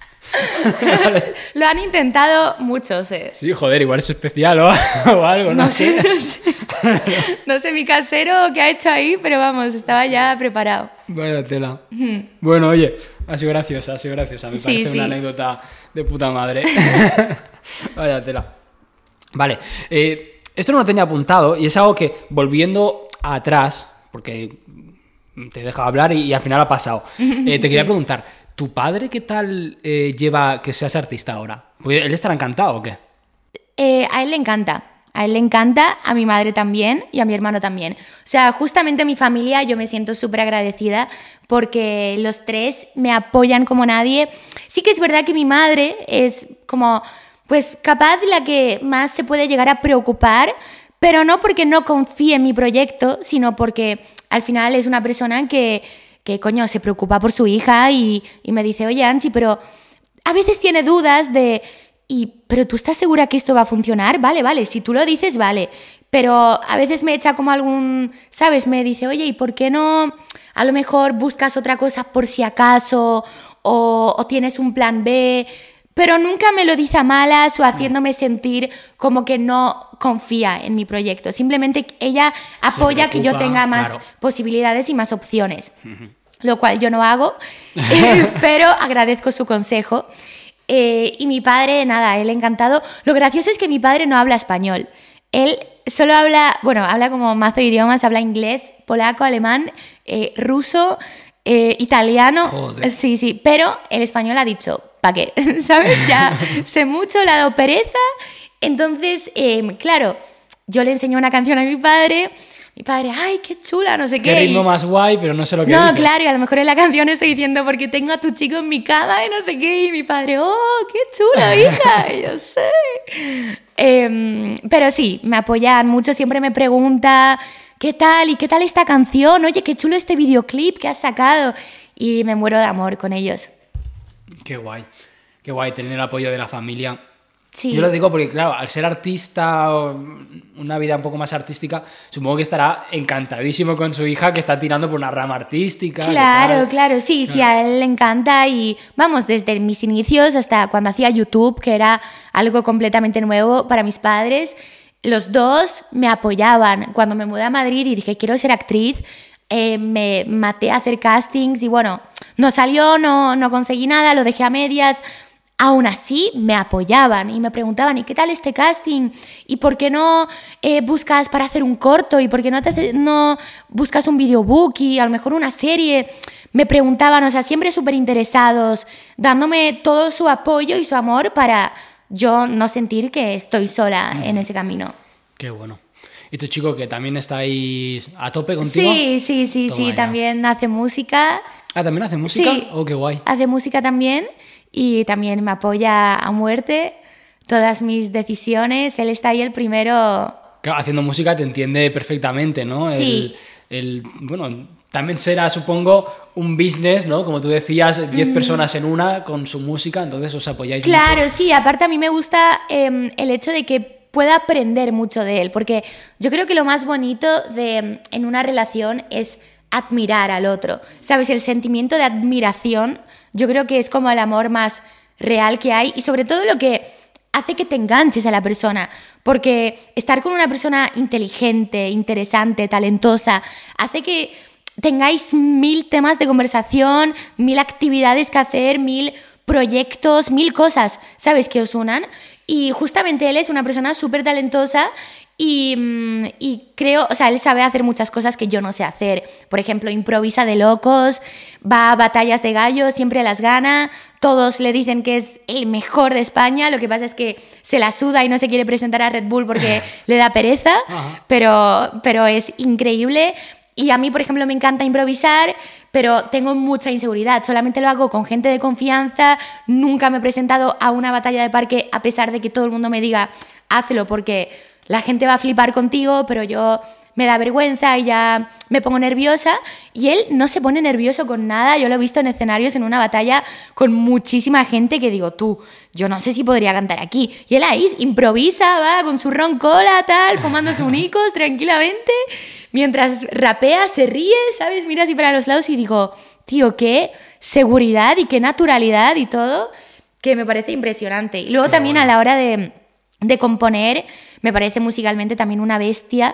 Vale. Lo han intentado muchos, ¿eh? Sí, joder, igual es especial o, o algo, no, No sé. sé, no sé. No sé mi casero qué ha hecho ahí, pero vamos, estaba ya preparado. Vaya tela. Mm. Bueno, oye, ha sido graciosa, ha sido graciosa. Me Sí, parece sí. una anécdota de puta madre. Vaya tela. Vale, eh, esto no lo tenía apuntado y es algo que, volviendo atrás, porque te he dejado hablar y, y al final ha pasado, eh, te quería Sí. preguntar, ¿tu padre qué tal eh, lleva que seas artista ahora? Pues él estará encantado, ¿o qué? Eh, a él le encanta. A él le encanta, a mi madre también y a mi hermano también. O sea, justamente mi familia yo me siento súper agradecida porque los tres me apoyan como nadie. Sí que es verdad que mi madre es como, pues capaz la que más se puede llegar a preocupar, pero no porque no confíe en mi proyecto, sino porque al final es una persona que, que coño, se preocupa por su hija y, y me dice, oye, Anchi, pero a veces tiene dudas de... Y, pero ¿tú estás segura que esto va a funcionar? Vale, vale, si tú lo dices, vale. Pero a veces me echa como algún, ¿sabes? Me dice, oye, ¿y por qué no a lo mejor buscas otra cosa por si acaso? O, o tienes un plan B. Pero nunca me lo dice a malas o haciéndome sentir como que no confía en mi proyecto. Simplemente ella apoya preocupa, que yo tenga más claro. posibilidades y más opciones. Uh-huh. Lo cual yo no hago, pero agradezco su consejo. Eh, y mi padre, nada, él encantado. Lo gracioso es que mi padre no habla español. Él solo habla, bueno, habla como mazo de idiomas, habla inglés, polaco, alemán, eh, ruso, eh, italiano. Joder. Sí, sí, pero el español ha dicho, ¿para qué? ¿Sabes? Ya sé mucho, le ha dado pereza. Entonces, eh, claro, yo le enseño una canción a mi padre Mi padre, ay, qué chula, no sé qué. Qué ritmo y... más guay, pero no sé lo que No, dice. claro, y a lo mejor en la canción estoy diciendo porque tengo a tu chico en mi cama y no sé qué. Y mi padre, oh, qué chulo, hija. Y yo sé. Eh, pero sí, me apoyan mucho, siempre me pregunta, ¿qué tal? ¿Y qué tal esta canción? Oye, qué chulo este videoclip que has sacado. Y me muero de amor con ellos. Qué guay. Qué guay tener el apoyo de la familia. Sí. Yo lo digo porque, claro, al ser artista o una vida un poco más artística, supongo que estará encantadísimo con su hija que está tirando por una rama artística. Claro, claro, sí, sí, a él le encanta y vamos, desde mis inicios hasta cuando hacía YouTube, que era algo completamente nuevo para mis padres, los dos me apoyaban. Cuando me mudé a Madrid y dije, quiero ser actriz, eh, me maté a hacer castings y bueno, no salió, no, no conseguí nada, lo dejé a medias. Aún así me apoyaban y me preguntaban, ¿y qué tal este casting? ¿Y por qué no eh, buscas para hacer un corto? ¿Y por qué no, te, no buscas un videobook y a lo mejor una serie? Me preguntaban, o sea, siempre súper interesados, dándome todo su apoyo y su amor para yo no sentir que estoy sola mm. en ese camino. Qué bueno. ¿Y tu chico que también está ahí a tope contigo? Sí, sí, sí, Toma sí, ya. También hace música. Ah, ¿también hace música? Sí, oh, qué guay. Hace música también. Y también me apoya a muerte todas mis decisiones. Él está ahí el primero. Claro, haciendo música te entiende perfectamente, ¿no? Sí. El, el, bueno, también será, supongo, un business, ¿no? Como tú decías, diez mm. personas en una con su música, entonces os apoyáis claro, mucho. Claro, sí. Aparte a mí me gusta eh, el hecho de que pueda aprender mucho de él, porque yo creo que lo más bonito de, en una relación es admirar al otro, ¿sabes? El sentimiento de admiración yo creo que es como el amor más real que hay y sobre todo lo que hace que te enganches a la persona, porque estar con una persona inteligente, interesante, talentosa, hace que tengáis mil temas de conversación, mil actividades que hacer, mil proyectos, mil cosas, ¿sabes? Que os unan. Y justamente él es una persona súper talentosa y, y creo, o sea, él sabe hacer muchas cosas que yo no sé hacer. Por ejemplo, improvisa de locos, va a batallas de gallos, siempre las gana, todos le dicen que es el mejor de España, lo que pasa es que se la suda y no se quiere presentar a Red Bull porque le da pereza, pero, pero es increíble. Y a mí, por ejemplo, me encanta improvisar, pero tengo mucha inseguridad. Solamente lo hago con gente de confianza. Nunca me he presentado a una batalla de parque a pesar de que todo el mundo me diga, hazlo porque la gente va a flipar contigo, pero yo me da vergüenza y ya me pongo nerviosa. Y él no se pone nervioso con nada. Yo lo he visto en escenarios en una batalla con muchísima gente que digo, tú, yo no sé si podría cantar aquí. Y él ahí improvisa, va con su ron cola, tal, fumándose unicos tranquilamente. Mientras rapea, se ríe, ¿sabes? Mira así para los lados y digo, tío, qué seguridad y qué naturalidad y todo, que me parece impresionante. Y luego qué también bueno. A la hora de, de componer, me parece musicalmente también una bestia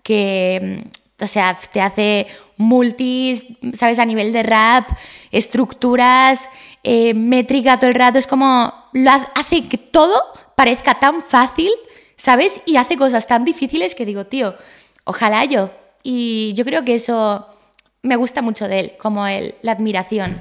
que, o sea, te hace multis, ¿sabes? A nivel de rap, estructuras, eh, métrica todo el rato. Es como, lo hace que todo parezca tan fácil, ¿sabes? Y hace cosas tan difíciles que digo, tío, ojalá yo. Y yo creo que eso me gusta mucho de él, como el, la admiración.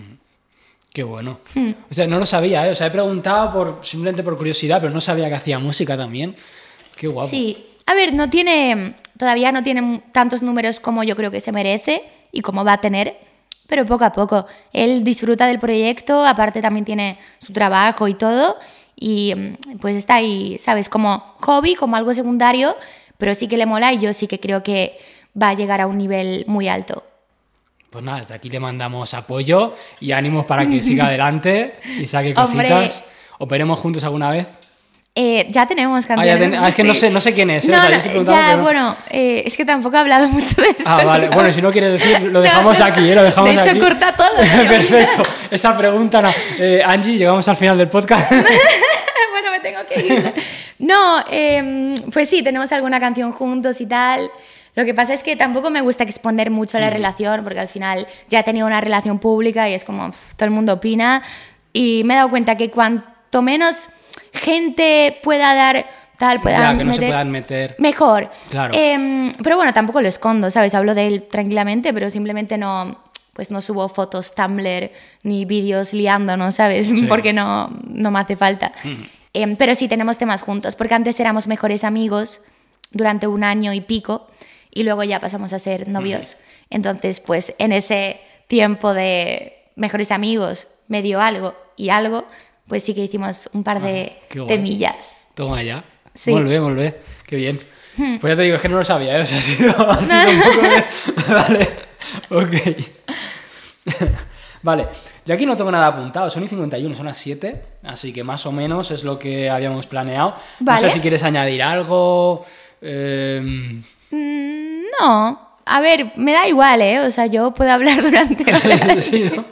Qué bueno. Hmm. O sea, no lo sabía, ¿eh? O sea, he preguntado por, simplemente por curiosidad, pero no sabía que hacía música también. Qué guapo. Sí. A ver, no tiene, todavía no tiene tantos números como yo creo que se merece y como va a tener, pero poco a poco. Él disfruta del proyecto, aparte también tiene su trabajo y todo, y pues está ahí, ¿sabes? Como hobby, como algo secundario, pero sí que le mola y yo sí que creo que va a llegar a un nivel muy alto. Pues nada, desde aquí le mandamos apoyo y ánimos para que siga adelante y saque cositas. Hombre. ¿Operemos juntos alguna vez? Eh, ya tenemos canciones. Ah, ya ten... ah, es que sí. no, sé, no sé quién es. ¿eh? No, o sea, no, yo estoy ya, pero... bueno, eh, es que tampoco he hablado mucho de esto. Ah, vale. No. Bueno, si no quieres decir, lo dejamos no, aquí, ¿eh? Lo dejamos de hecho, aquí. corta todo. Perfecto. Esa pregunta no. Eh, Angie, llegamos al final del podcast. Bueno, me tengo que ir. No, eh, pues sí, tenemos alguna canción juntos y tal. Lo que pasa es que tampoco me gusta exponer mucho la mm. relación, porque al final ya he tenido una relación pública y es como pff, todo el mundo opina. Y me he dado cuenta que cuanto menos gente pueda dar tal, puedan ya, que no meter, se puedan meter. Mejor. Claro. Eh, pero bueno, tampoco lo escondo, ¿sabes? Hablo de él tranquilamente, pero simplemente no, pues no subo fotos Tumblr ni vídeos liándonos, ¿sabes? Sí. Porque no, no me hace falta. Mm. Eh, pero sí tenemos temas juntos, porque antes éramos mejores amigos durante un año y pico. y luego ya pasamos a ser novios. Uh-huh. Entonces, pues en ese tiempo de mejores amigos, medio algo y algo, pues sí que hicimos un par de ah, temillas. Toma ya. Sí. Volvé, volvé. Qué bien. Hmm. Pues ya te digo, es que no lo sabía, ¿eh? O sea, ha sido, ha sido un poco de... Vale, ok. Vale, yo aquí no tengo nada apuntado, son y cincuenta y uno, son las siete, así que más o menos es lo que habíamos planeado. Vale. No sé si quieres añadir algo... Eh... Mm, no, a ver, me da igual, ¿eh? O sea, yo puedo hablar durante horas. Sí, ¿no?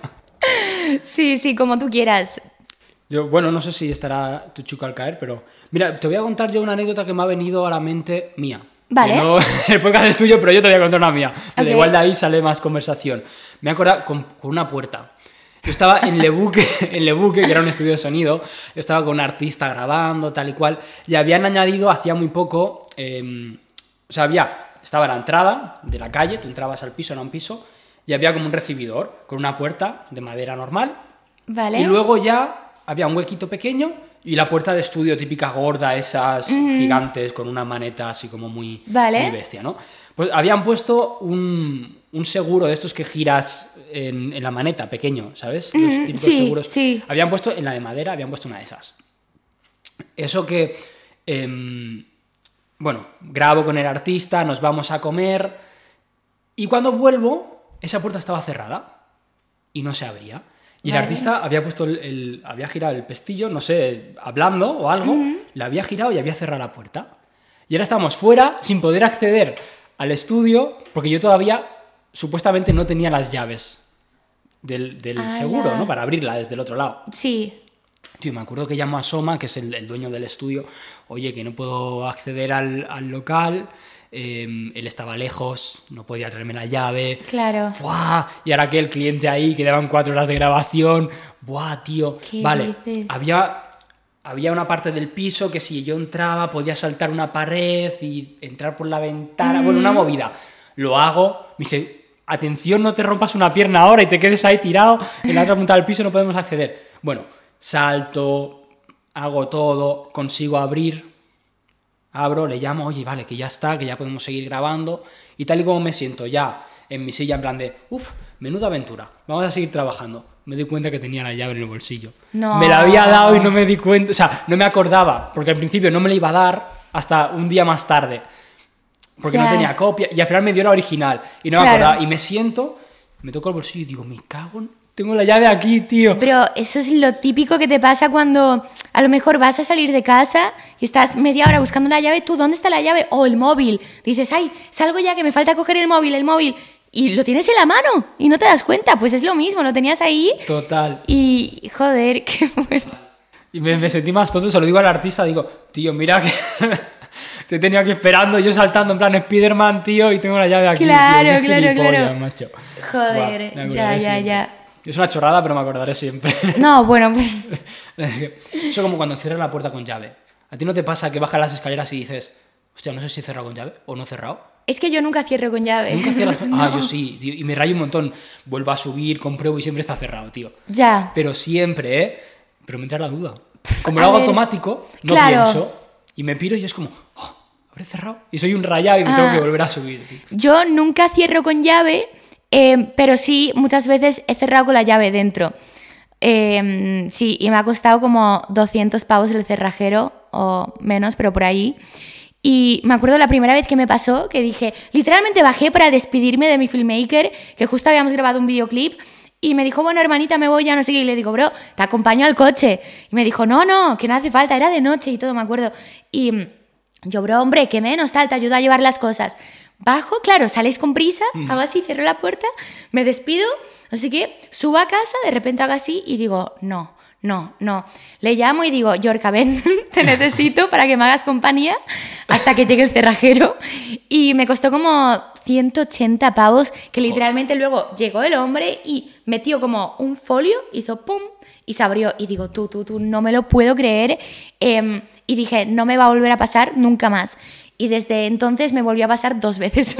Sí, sí, como tú quieras. Yo, bueno, no sé si estará tu chico al caer, pero... Mira, te voy a contar yo una anécdota que me ha venido a la mente mía. Vale. No, el podcast es tuyo, pero yo te voy a contar una mía. Okay. Igual de ahí sale más conversación. Me he acordado con, con una puerta. Yo estaba en Lebuque, en Lebuque, que era un estudio de sonido. Yo estaba con un artista grabando, tal y cual. Y habían añadido, hacía muy poco... Eh, o sea, había... Estaba la entrada de la calle, tú entrabas al piso, era un piso, y había como un recibidor con una puerta de madera normal. Vale. Y luego ya había un huequito pequeño y la puerta de estudio típica gorda, esas mm. gigantes con una maneta así como muy, vale. muy bestia, ¿no? Pues habían puesto un, un seguro de estos que giras en, en la maneta, pequeño, ¿sabes? Los mm, típicos sí, seguros. Sí. Habían puesto, en la de madera, habían puesto una de esas. Eso que... Eh, bueno, grabo con el artista, nos vamos a comer y cuando vuelvo, esa puerta estaba cerrada y no se abría. Y el vale. artista había puesto el, el, había girado el pestillo, no sé, hablando o algo, uh-huh. la había girado y había cerrado la puerta. Y ahora estábamos fuera sin poder acceder al estudio porque yo todavía supuestamente no tenía las llaves del, del seguro, ¿no? Para abrirla desde el otro lado. Sí. Tío, me acuerdo que llamó a Soma, que es el, el dueño del estudio, oye, que no puedo acceder al, al local, eh, él estaba lejos, no podía traerme la llave. Claro. ¡Buah! Y ahora que el cliente ahí, quedaban cuatro horas de grabación, ¡buah, tío! ¿Qué vale, dices? había, había una parte del piso que si yo entraba podía saltar una pared y entrar por la ventana, mm. bueno, una movida. Lo hago, me dice, atención, no te rompas una pierna ahora y te quedes ahí tirado, en la otra punta del piso no podemos acceder. Bueno... Salto, hago todo, consigo abrir, abro, le llamo, oye, vale, que ya está, que ya podemos seguir grabando. Y tal y como me siento ya en mi silla en plan de, uff, menuda aventura, vamos a seguir trabajando. Me di cuenta que tenía la llave en el bolsillo. No. Me la había dado y no me di cuenta, o sea, no me acordaba, porque al principio no me la iba a dar hasta un día más tarde, porque o sea, no tenía copia, y al final me dio la original y no claro. me acordaba. Y me siento, me toco el bolsillo y digo, me cago en... Tengo la llave aquí, tío. Pero eso es lo típico que te pasa cuando a lo mejor vas a salir de casa y estás media hora buscando una llave. ¿Tú dónde está la llave? O el móvil. Dices, ay, salgo ya que me falta coger el móvil, el móvil. Y lo tienes en la mano y no te das cuenta. Pues es lo mismo, lo tenías ahí. Total. Y, joder, qué fuerte. Y me, me sentí más tonto, se lo digo al artista, digo, tío, mira que... te he tenido aquí esperando, yo saltando en plan Spiderman, tío, y tengo la llave aquí. Claro, tío, claro, claro. Macho. Joder, Buah, ya, ya, siempre. ya. Es una chorrada, pero me acordaré siempre. No, bueno, pues... Eso como cuando cierras la puerta con llave. ¿A ti no te pasa que bajas las escaleras y dices, hostia, no sé si he cerrado con llave o no he cerrado? Es que yo nunca cierro con llave. ¿Nunca cierras? No. Ah, yo sí, tío, y me rayo un montón. Vuelvo a subir, compruebo y siempre está cerrado, tío. Ya. Pero siempre, ¿eh? Pero me entra la duda. Como lo hago ver, automático, no claro. pienso, y me piro y es como, oh, ¿habré cerrado? Y soy un rayado y me ah. tengo que volver a subir, tío. Yo nunca cierro con llave... Eh, pero sí, muchas veces he cerrado con la llave dentro. Eh, sí, y me ha costado como doscientos pavos el cerrajero, o menos, pero por ahí. Y me acuerdo la primera vez que me pasó, que dije, literalmente bajé para despedirme de mi filmmaker, que justo habíamos grabado un videoclip, y me dijo, bueno, hermanita, me voy, ya no sé qué. Y le digo, bro, te acompaño al coche. Y me dijo, no, no, que no hace falta, era de noche y todo, me acuerdo. Y yo, bro, hombre, que menos, tal, te ayudo a llevar las cosas. Bajo, claro, sales con prisa, mm. hago así, cierro la puerta, me despido, así que subo a casa, de repente hago así y digo, no, no, no. Le llamo y digo, Yorka, ven, te necesito para que me hagas compañía hasta que llegue el cerrajero. Y me costó como ciento ochenta pavos, que literalmente luego llegó el hombre y metió como un folio, hizo pum, y se abrió. Y digo, tú, tú, tú, no me lo puedo creer. Eh, y dije, no me va a volver a pasar nunca más. Y desde entonces me volvió a pasar dos veces.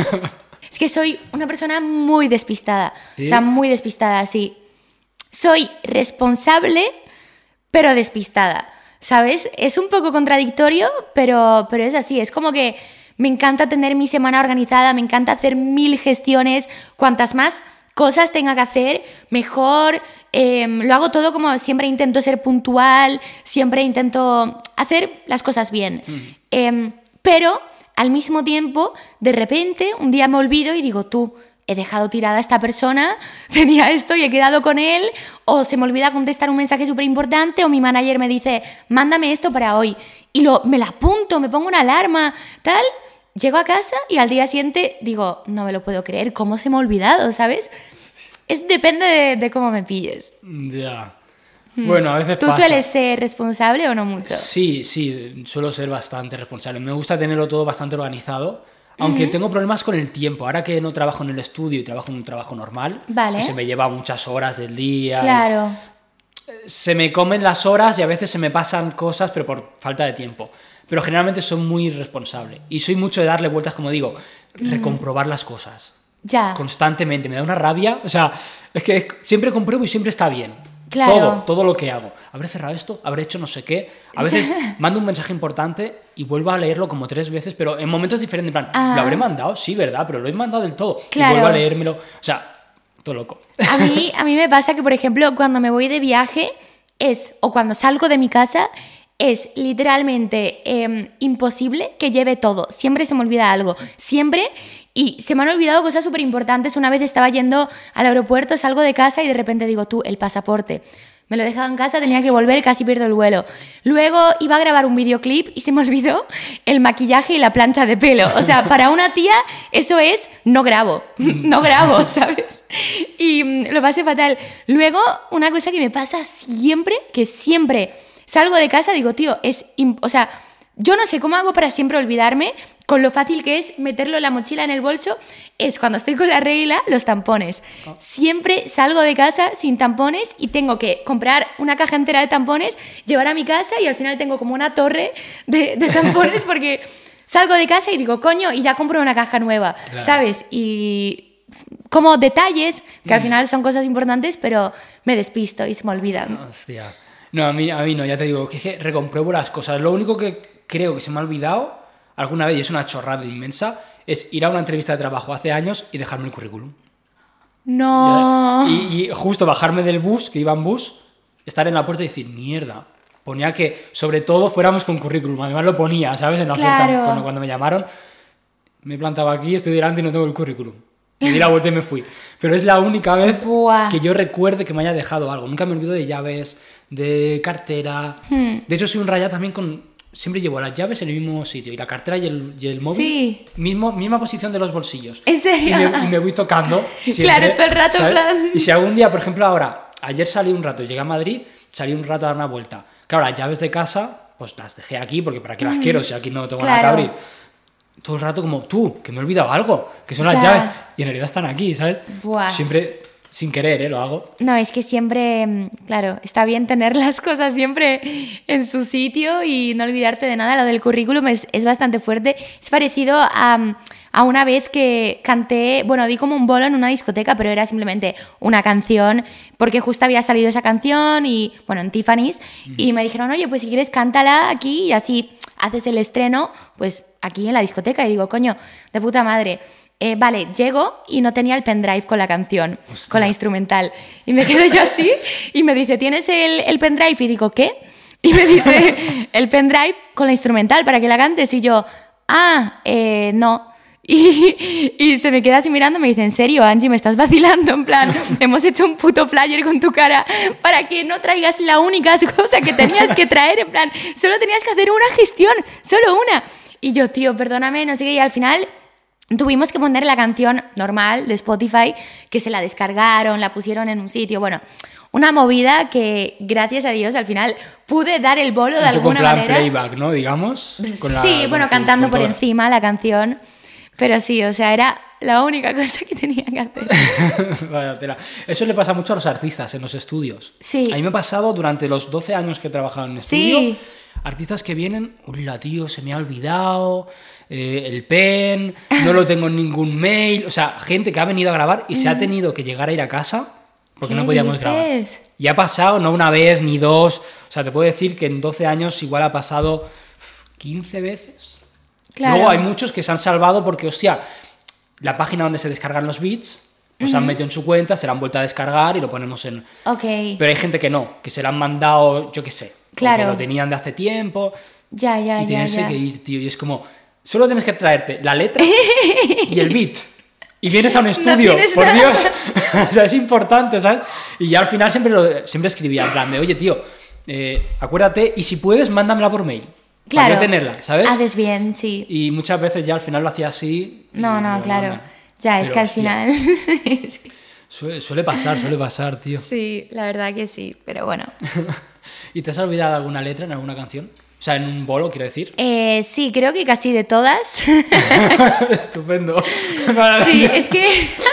Es que soy una persona muy despistada. ¿Sí? O sea, muy despistada, sí. Soy responsable, pero despistada, ¿sabes? Es un poco contradictorio, pero, pero es así. Es como que me encanta tener mi semana organizada, me encanta hacer mil gestiones, cuantas más cosas tenga que hacer, mejor. Eh, lo hago todo como siempre intento ser puntual, siempre intento hacer las cosas bien. Mm. Eh, pero al mismo tiempo, de repente, un día me olvido y digo, tú, he dejado tirada a esta persona, tenía esto y he quedado con él, o se me olvida contestar un mensaje súper importante, o mi manager me dice, mándame esto para hoy. Y lo, me la apunto, me pongo una alarma, tal. Llego a casa y al día siguiente digo, no me lo puedo creer, ¿cómo se me ha olvidado, sabes? Es, depende de, de cómo me pilles. Ya. Bueno, a veces ¿Tú pasa. sueles ser responsable o no mucho? Sí, sí, suelo ser bastante responsable. Me gusta tenerlo todo bastante organizado, aunque uh-huh. tengo problemas con el tiempo. Ahora que no trabajo en el estudio y trabajo en un trabajo normal, vale. que se me lleva muchas horas del día. Claro. Se me comen las horas y a veces se me pasan cosas, pero por falta de tiempo. Pero generalmente soy muy responsable y soy mucho de darle vueltas, como digo, uh-huh. recomprobar las cosas. Ya. Constantemente, me da una rabia. O sea, es que siempre compruebo y siempre está bien. Claro. Todo, todo lo que hago. ¿Habré cerrado esto? ¿Habré hecho no sé qué? A veces mando un mensaje importante y vuelvo a leerlo como tres veces, pero en momentos diferentes. En plan, ah. ¿lo habré mandado? Sí, ¿verdad? Pero lo he mandado del todo. Claro. Y vuelvo a leérmelo. O sea, todo loco. A mí, a mí me pasa que, por ejemplo, cuando me voy de viaje es, o cuando salgo de mi casa, es literalmente eh, imposible que lleve todo. Siempre se me olvida algo. Siempre... Y se me han olvidado cosas súper importantes. Una vez estaba yendo al aeropuerto, salgo de casa y de repente digo, tú, el pasaporte. Me lo he dejado en casa, tenía que volver, casi pierdo el vuelo. Luego iba a grabar un videoclip y se me olvidó el maquillaje y la plancha de pelo. O sea, para una tía eso es, no grabo, no grabo, ¿sabes? Y lo pasé fatal. Luego, una cosa que me pasa siempre, que siempre salgo de casa, digo, tío, es... Imp- o sea, yo no sé cómo hago para siempre olvidarme con lo fácil que es meterlo en la mochila, en el bolso. Es cuando estoy con la regla, los tampones. Oh. Siempre salgo de casa sin tampones y tengo que comprar una caja entera de tampones, llevar a mi casa y al final tengo como una torre de, de tampones porque salgo de casa y digo, coño, y ya compro una caja nueva, claro. ¿Sabes? Y como detalles que mm. al final son cosas importantes, pero me despisto y se me olvidan. Hostia. No, a mí, a mí no, ya te digo, que, que recompruebo las cosas. Lo único que creo que se me ha olvidado alguna vez, y es una chorrada inmensa, es ir a una entrevista de trabajo hace años y dejarme el currículum. No. Y, y justo bajarme del bus, que iba en bus, estar en la puerta y decir, mierda. Ponía que, sobre todo, fuéramos con currículum. Además lo ponía, ¿sabes? En la oferta. Claro. Cuando, cuando me llamaron, me plantaba aquí, estoy delante y no tengo el currículum. Me di la vuelta y me fui. Pero es la única vez Buah. que yo recuerde que me haya dejado algo. Nunca me olvido de llaves, de cartera. Hmm. De hecho, soy un rayado también con... Siempre llevo las llaves en el mismo sitio y la cartera y el, y el móvil, sí. mismo, misma posición de los bolsillos. ¿En serio? Y me, y me voy tocando siempre, claro, todo el rato, ¿sabes? plan... Y si algún día, por ejemplo, ahora, ayer salí un rato, llegué a Madrid, salí un rato a dar una vuelta. Claro, las llaves de casa, pues las dejé aquí, porque para qué las mm. quiero si aquí no tengo claro. nada que abrir. Todo el rato como, tú, que me he olvidado algo, que son las o sea... llaves, y en realidad están aquí, ¿sabes? Buah. Siempre... Sin querer, ¿eh? Lo hago. No, es que siempre, claro, está bien tener las cosas siempre en su sitio y no olvidarte de nada. Lo del currículum es, es bastante fuerte. Es parecido a, a una vez que canté, bueno, di como un bolo en una discoteca, pero era simplemente una canción, porque justo había salido esa canción y, bueno, en Tiffany's, mm. y me dijeron, oye, pues si quieres cántala aquí y así haces el estreno, pues aquí en la discoteca. Y digo, coño, de puta madre. Eh, vale, llego y no tenía el pendrive con la canción, Hostia. Con la instrumental. Y me quedo yo así y me dice, ¿tienes el, el pendrive? Y digo, ¿qué? Y me dice, el pendrive con la instrumental para que la cantes. Y yo, ah, eh, no. Y, y se me queda así mirando y me dice, ¿en serio, Angie? ¿Me estás vacilando? En plan, hemos hecho un puto flyer con tu cara para que no traigas la única cosa que tenías que traer. En plan, solo tenías que hacer una gestión, solo una. Y yo, tío, perdóname, no sé qué. Y al final... tuvimos que poner la canción normal de Spotify, que se la descargaron, la pusieron en un sitio, bueno, una movida que, gracias a Dios, al final pude dar el bolo de un alguna poco en plan manera. Playback, ¿no? Digamos. Con la, sí, con bueno, tu, cantando con por encima la canción, pero sí, o sea, era la única cosa que tenía que hacer. Vaya tela. Eso le pasa mucho a los artistas en los estudios. Sí. A mí me ha pasado durante los doce años que he trabajado en estudio, sí. artistas que vienen, hola tío, se me ha olvidado... Eh, el pen, no lo tengo en ningún mail, o sea, gente que ha venido a grabar y se ha tenido que llegar a ir a casa porque no podíamos dices? grabar. Y ha pasado no una vez ni dos, o sea, te puedo decir que en doce años igual ha pasado quince veces. Claro. Luego hay muchos que se han salvado porque, hostia, la página donde se descargan los beats, los uh-huh. han metido en su cuenta, se la han vuelto a descargar y lo ponemos en... Ok. Pero hay gente que no, que se la han mandado, yo qué sé, claro. que lo tenían de hace tiempo. Ya, ya, y ya, tienes ya. que ir, tío, y es como, solo tienes que traerte la letra y el beat. Y vienes a un estudio, no por nada. Dios. O sea, es importante, ¿sabes? Y ya al final siempre, lo, siempre escribía en plan de, oye, tío, eh, acuérdate, y si puedes, mándamela por mail. Claro. Para yo tenerla, ¿sabes? Haces bien, sí. Y muchas veces ya al final lo hacía así. No, no, claro. Mandan. Ya, es Pero, que al hostia, final... suele, suele pasar, suele pasar, tío. Sí, la verdad que sí, pero bueno. ¿Y te has olvidado alguna letra en alguna canción? O sea, en un bolo, quiero decir. Eh, sí, creo que casi de todas. Estupendo. Sí, es que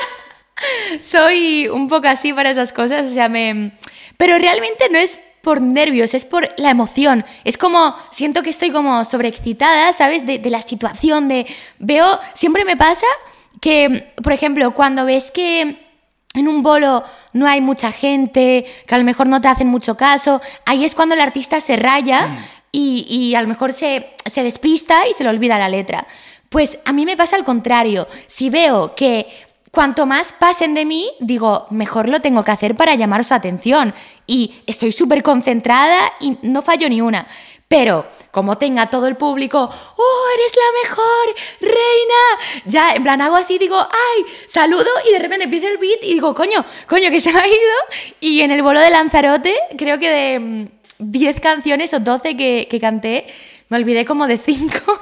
soy un poco así para esas cosas, o sea, me... Pero realmente no es por nervios, es por la emoción. Es como, siento que estoy como sobreexcitada, ¿sabes? De, de la situación, de... Veo, siempre me pasa que, por ejemplo, cuando ves que en un bolo no hay mucha gente, que a lo mejor no te hacen mucho caso, ahí es cuando el artista se raya mm. y, y a lo mejor se, se despista y se le olvida la letra. Pues a mí me pasa al contrario. Si veo que cuanto más pasen de mí, digo, mejor lo tengo que hacer para llamar su atención. Y estoy súper concentrada y no fallo ni una. Pero como tenga todo el público, ¡oh, eres la mejor, reina! Ya, en plan, hago así, digo, ¡ay! Saludo y de repente empieza el beat y digo, coño, coño, que se me ha ido. Y en el bolo de Lanzarote, creo que de diez canciones o doce que, que canté, me olvidé como de cinco.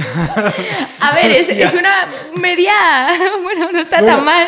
A ver, es, es una media... Bueno, no está bueno, tan mal,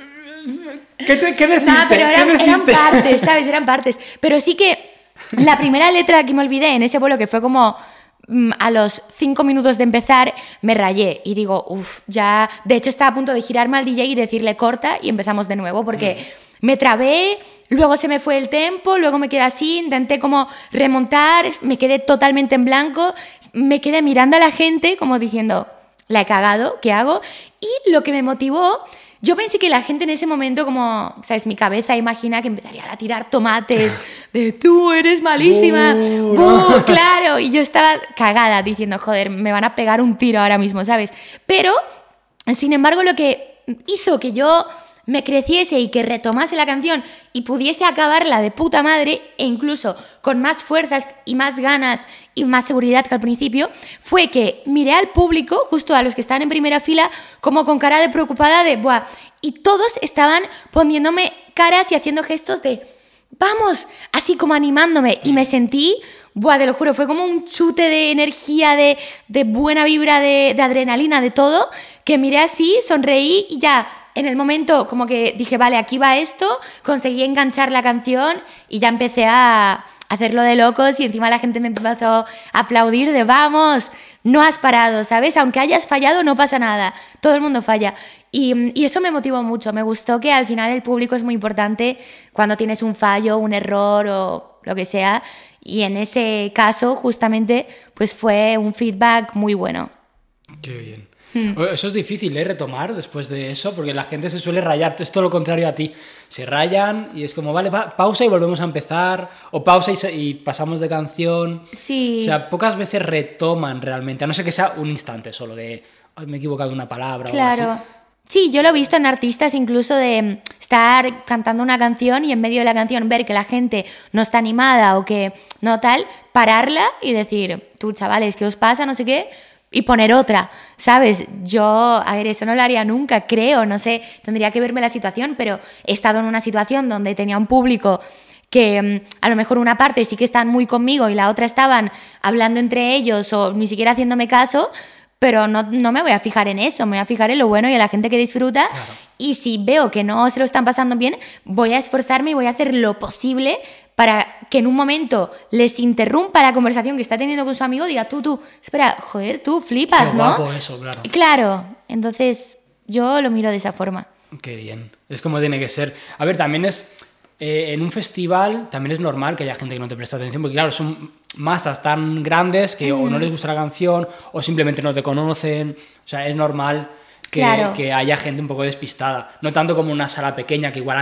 ¿no? ¿Qué, te, qué decirte? Nah, pero eran, ¿Qué eran partes, ¿sabes? Eran partes. Pero sí que la primera letra que me olvidé en ese vuelo, que fue como mm, a los cinco minutos de empezar, me rayé. Y digo, uff, ya... De hecho, estaba a punto de girarme al D J y decirle corta y empezamos de nuevo, porque... Mm. Me trabé, luego se me fue el tempo, luego me quedé así, intenté como remontar, me quedé totalmente en blanco, me quedé mirando a la gente como diciendo, la he cagado, ¿qué hago? Y lo que me motivó, yo pensé que la gente en ese momento como, ¿sabes? Mi cabeza imagina que empezaría a tirar tomates de tú eres malísima, uh, no. ¡Buh! Claro, y yo estaba cagada diciendo, joder, me van a pegar un tiro ahora mismo, ¿sabes? Pero, sin embargo, lo que hizo que yo me creciese y que retomase la canción y pudiese acabarla de puta madre e incluso con más fuerzas y más ganas y más seguridad que al principio, fue que miré al público, justo a los que estaban en primera fila, como con cara de preocupada de ¡buah! Y todos estaban poniéndome caras y haciendo gestos de ¡vamos! Así como animándome y me sentí... Buah, te lo juro, fue como un chute de energía, de, de buena vibra, de, de adrenalina, de todo, que miré así, sonreí y ya... En el momento como que dije, vale, aquí va esto, conseguí enganchar la canción y ya empecé a hacerlo de locos y encima la gente me empezó a aplaudir de vamos, no has parado, ¿sabes? Aunque hayas fallado no pasa nada, todo el mundo falla. Y, y eso me motivó mucho, me gustó que al final el público es muy importante cuando tienes un fallo, un error o lo que sea, y en ese caso justamente pues fue un feedback muy bueno. Qué bien. Hmm. Eso es difícil, ¿eh? Retomar después de eso, porque la gente se suele rayar, es todo lo contrario a ti, se rayan y es como, vale, pa- pausa y volvemos a empezar, o pausa y, se- y pasamos de canción. Sí. O sea, pocas veces retoman realmente, a no ser que sea un instante solo de, ay, me he equivocado en una palabra claro. o algo así. Sí, yo lo he visto en artistas incluso de estar cantando una canción y en medio de la canción ver que la gente no está animada o que no tal, pararla y decir, tú chavales, ¿qué os pasa? No sé qué... Y poner otra, ¿sabes? Yo, a ver, eso no lo haría nunca, creo, no sé, tendría que verme la situación, pero he estado en una situación donde tenía un público que a lo mejor una parte sí que están muy conmigo y la otra estaban hablando entre ellos o ni siquiera haciéndome caso, pero no, no me voy a fijar en eso, me voy a fijar en lo bueno y en la gente que disfruta. Claro. Y si veo que no se lo están pasando bien, voy a esforzarme y voy a hacer lo posible para que en un momento les interrumpa la conversación que está teniendo con su amigo, diga, tú, tú, espera, joder, tú flipas, ¿no? Guapo eso, claro. Claro, entonces yo lo miro de esa forma. Qué bien, es como tiene que ser. A ver, también es, eh, en un festival también es normal que haya gente que no te preste atención, porque claro, son masas tan grandes que mm. o no les gusta la canción o simplemente no te conocen, o sea, es normal que, claro. que haya gente un poco despistada, no tanto como una sala pequeña que igual han...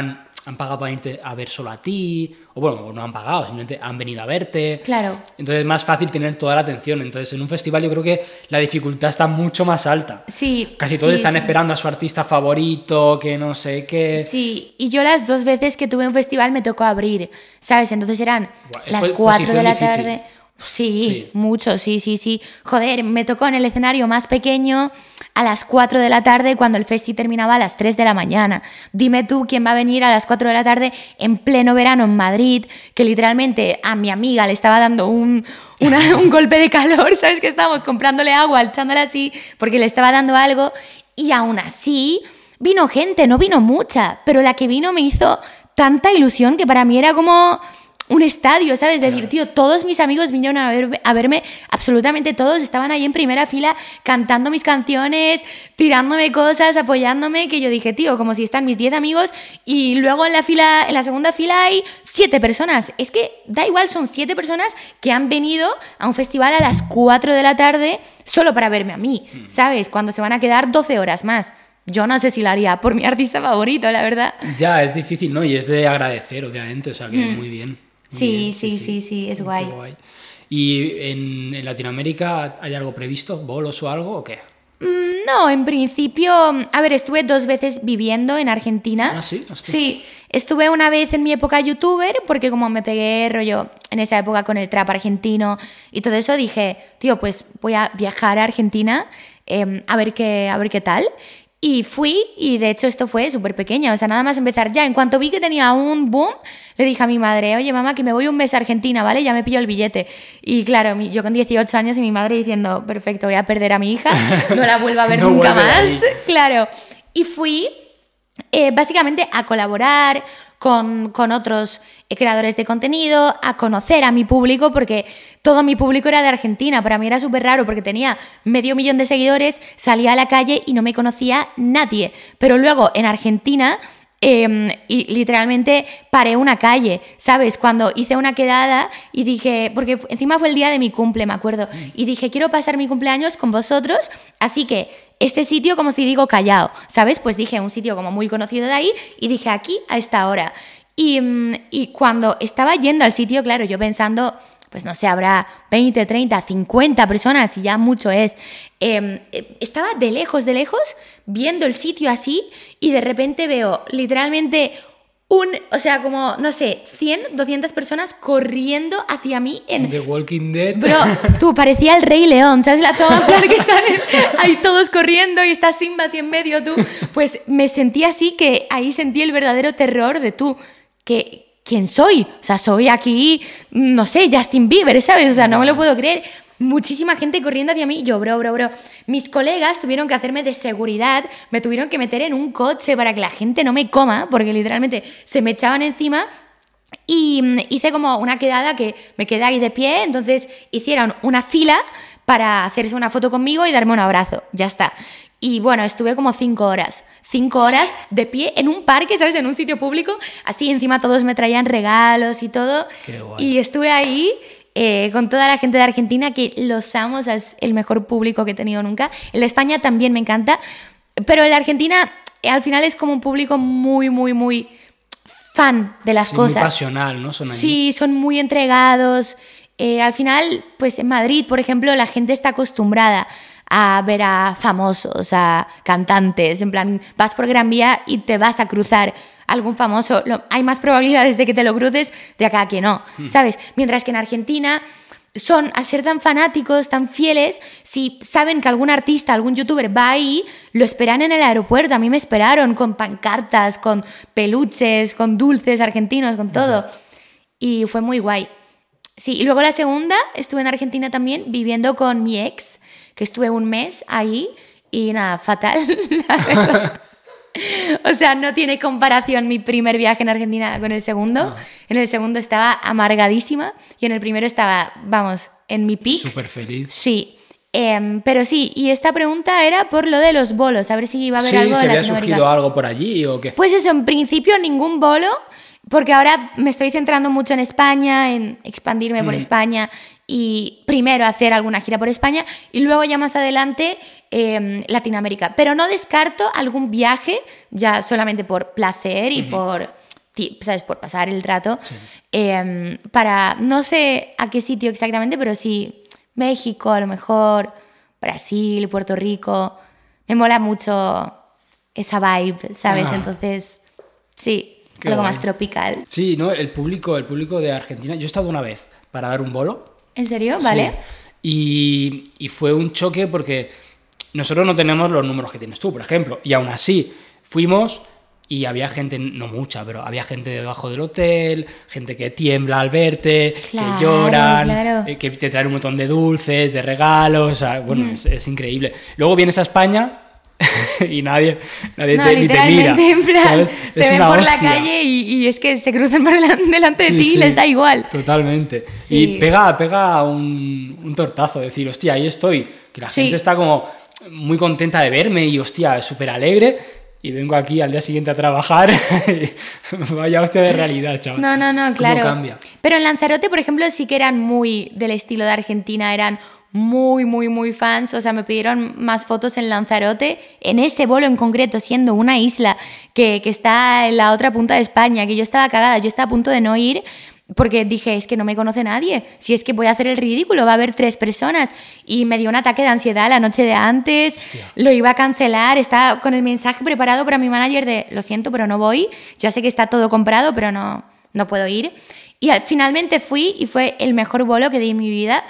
han pagado para irte a ver solo a ti, o bueno, o no han pagado, simplemente han venido a verte. Claro. Entonces es más fácil tener toda la atención. Entonces en un festival yo creo que la dificultad está mucho más alta. Sí. Casi todos sí, están sí. esperando a su artista favorito, que no sé qué. Sí, y yo las dos veces que tuve un festival me tocó abrir, ¿sabes? Entonces eran Buah, las pues- cuatro de posición la difícil. tarde. Sí, Sí. mucho, sí, sí, sí. Joder, me tocó en el escenario más pequeño a las cuatro de la tarde cuando el festi terminaba a las tres de la mañana. Dime tú quién va a venir a las cuatro de la tarde en pleno verano en Madrid, que literalmente a mi amiga le estaba dando un, una- un golpe de calor, ¿sabes? Que estábamos comprándole agua, echándola así, porque le estaba dando algo. Y aún así vino gente, no vino mucha, pero la que vino me hizo tanta ilusión que para mí era como un estadio, ¿sabes? Decir, tío, todos mis amigos vinieron a verme, a verme, absolutamente todos, estaban ahí en primera fila cantando mis canciones, tirándome cosas, apoyándome, que yo dije, tío, como si están mis diez amigos y luego en la fila, en la segunda fila hay siete personas. Es que da igual, son siete personas que han venido a un festival a las cuatro de la tarde solo para verme a mí, ¿sabes? Cuando se van a quedar doce horas más. Yo no sé si lo haría por mi artista favorito, la verdad. Ya, es difícil, ¿no? Y es de agradecer, obviamente, o sea que muy bien. Muy Sí, bien, sí, sí, sí, es Qué guay. ¿Y en, en Latinoamérica hay algo previsto? ¿Bolos o algo o qué? Mm, No, en principio, a ver, estuve dos veces viviendo en Argentina. Ah, ¿sí? Hostia. Sí, estuve una vez en mi época youtuber, porque como me pegué rollo en esa época con el trap argentino y todo eso, dije, tío, pues voy a viajar a Argentina eh, a ver qué, a ver qué tal. Y fui, y de hecho esto fue súper pequeña, o sea, nada más empezar ya. En cuanto vi que tenía un boom, le dije a mi madre, oye, mamá, que me voy un mes a Argentina, ¿vale? Ya me pillo el billete. Y claro, mi- yo con dieciocho años y mi madre diciendo, perfecto, voy a perder a mi hija, no la vuelvo a ver No nunca vuelve más. ahí. Claro. Y fui eh, básicamente a colaborar con, con otros eh, creadores de contenido, a conocer a mi público, porque todo mi público era de Argentina. Para mí era súper raro porque tenía medio millón de seguidores, salía a la calle y no me conocía nadie. Pero luego en Argentina... Eh, y literalmente paré una calle, ¿sabes? Cuando hice una quedada y dije, porque fu- encima fue el día de mi cumple, me acuerdo, y dije, quiero pasar mi cumpleaños con vosotros, así que este sitio, como si digo Callao, ¿sabes? Pues dije un sitio como muy conocido de ahí y dije aquí a esta hora. Y, mm, y cuando estaba yendo al sitio, claro, yo pensando, pues no sé, habrá veinte, treinta, cincuenta personas y ya mucho es. Eh, eh, estaba de lejos, de lejos, viendo el sitio así y de repente veo literalmente un, o sea, como, no sé, cien, doscientas personas corriendo hacia mí en... The Walking Dead. Bro, tú, parecía el Rey León, ¿sabes? La toma en plan que salen ahí todos corriendo y está Simba así en medio, tú. Pues me sentí así, que ahí sentí el verdadero terror de tú, que... ¿Quién soy? O sea, soy aquí, no sé, Justin Bieber, ¿sabes? O sea, no me lo puedo creer. Muchísima gente corriendo hacia mí. Yo, bro, bro, bro. Mis colegas tuvieron que hacerme de seguridad, me tuvieron que meter en un coche para que la gente no me coma, porque literalmente se me echaban encima. Y mm, hice como una quedada que me quedé ahí de pie, entonces hicieron una fila para hacerse una foto conmigo y darme un abrazo. Ya está. Y bueno, estuve como cinco horas. Cinco horas de pie en un parque, ¿sabes? En un sitio público. Así encima todos me traían regalos y todo. Qué guay. Y estuve ahí eh, con toda la gente de Argentina, que los amo, o sea, es el mejor público que he tenido nunca. El de España también me encanta. Pero el de Argentina eh, al final es como un público muy, muy, muy fan de las Sí, cosas. muy pasional, ¿no? Son allí. Sí, son muy entregados. Eh, al final, pues en Madrid, por ejemplo, la gente está acostumbrada a ver a famosos, a cantantes. En plan, vas por Gran Vía y te vas a cruzar algún famoso. Lo- hay más probabilidades de que te lo cruces de acá a que no, ¿sabes? Mientras que en Argentina son, al ser tan fanáticos, tan fieles, si saben que algún artista, algún youtuber va ahí, lo esperan en el aeropuerto. A mí me esperaron con pancartas, con peluches, con dulces argentinos, con todo. Y fue muy guay. Sí, y luego la segunda, estuve en Argentina también viviendo con mi ex, que estuve un mes ahí y nada, fatal, la verdad. O sea, no tiene comparación mi primer viaje en Argentina con el segundo. Ah. En el segundo estaba amargadísima y en el primero estaba, vamos, en mi peak. Súper feliz. Sí, em, pero sí, y esta pregunta era por lo de los bolos, a ver si iba a haber Sí, algo ¿se de había Latinoamérica. surgido algo por allí o qué? Pues eso, en principio ningún bolo, porque ahora me estoy centrando mucho en España, en expandirme por Mm. España y primero hacer alguna gira por España y luego ya más adelante eh, Latinoamérica. Pero no descarto algún viaje, ya solamente por placer y por ¿sabes? Por pasar el rato. Sí. Eh, para, no sé a qué sitio exactamente, pero sí, México a lo mejor, Brasil, Puerto Rico. Me mola mucho esa vibe, ¿sabes? Ah. Entonces, sí, Qué algo guay. más tropical. Sí, ¿no? El público, el público de Argentina. Yo he estado una vez para dar un bolo. ¿En serio? Vale. Sí. Y, y fue un choque porque nosotros no tenemos los números que tienes tú, por ejemplo. Y aún así, fuimos y había gente, no mucha, pero había gente debajo del hotel, gente que tiembla al verte, Claro, que lloran, claro. eh, que te traen un montón de dulces, de regalos. O sea, bueno, Mm. es, es increíble. Luego vienes a España y nadie, nadie No, te, ni te mira. literalmente, en plan, ¿sabes? te Es ven una por la hostia. calle y, y es que se cruzan por delan- delante de Sí, ti sí, y les da igual. Totalmente. Sí. Y pega, pega un, un tortazo, decir, hostia, ahí estoy. Que la Sí. gente está como muy contenta de verme y, hostia, súper alegre. Y vengo aquí al día siguiente a trabajar. Y vaya hostia de realidad, chaval. No, no, no, ¿Cómo claro. cambia? Pero en Lanzarote, por ejemplo, sí que eran muy del estilo de Argentina, eran muy, muy, muy fans. O sea, me pidieron más fotos en Lanzarote, en ese vuelo en concreto, siendo una isla que, que está en la otra punta de España, que yo estaba cagada, yo estaba a punto de no ir. Porque dije, es que no me conoce nadie, si es que voy a hacer el ridículo, va a haber tres personas. Y me dio un ataque de ansiedad la noche de antes, Hostia. lo iba a cancelar, estaba con el mensaje preparado para mi manager de, lo siento, pero no voy, ya sé que está todo comprado, pero no, no puedo ir. Y al- finalmente fui y fue el mejor vuelo que di en mi vida,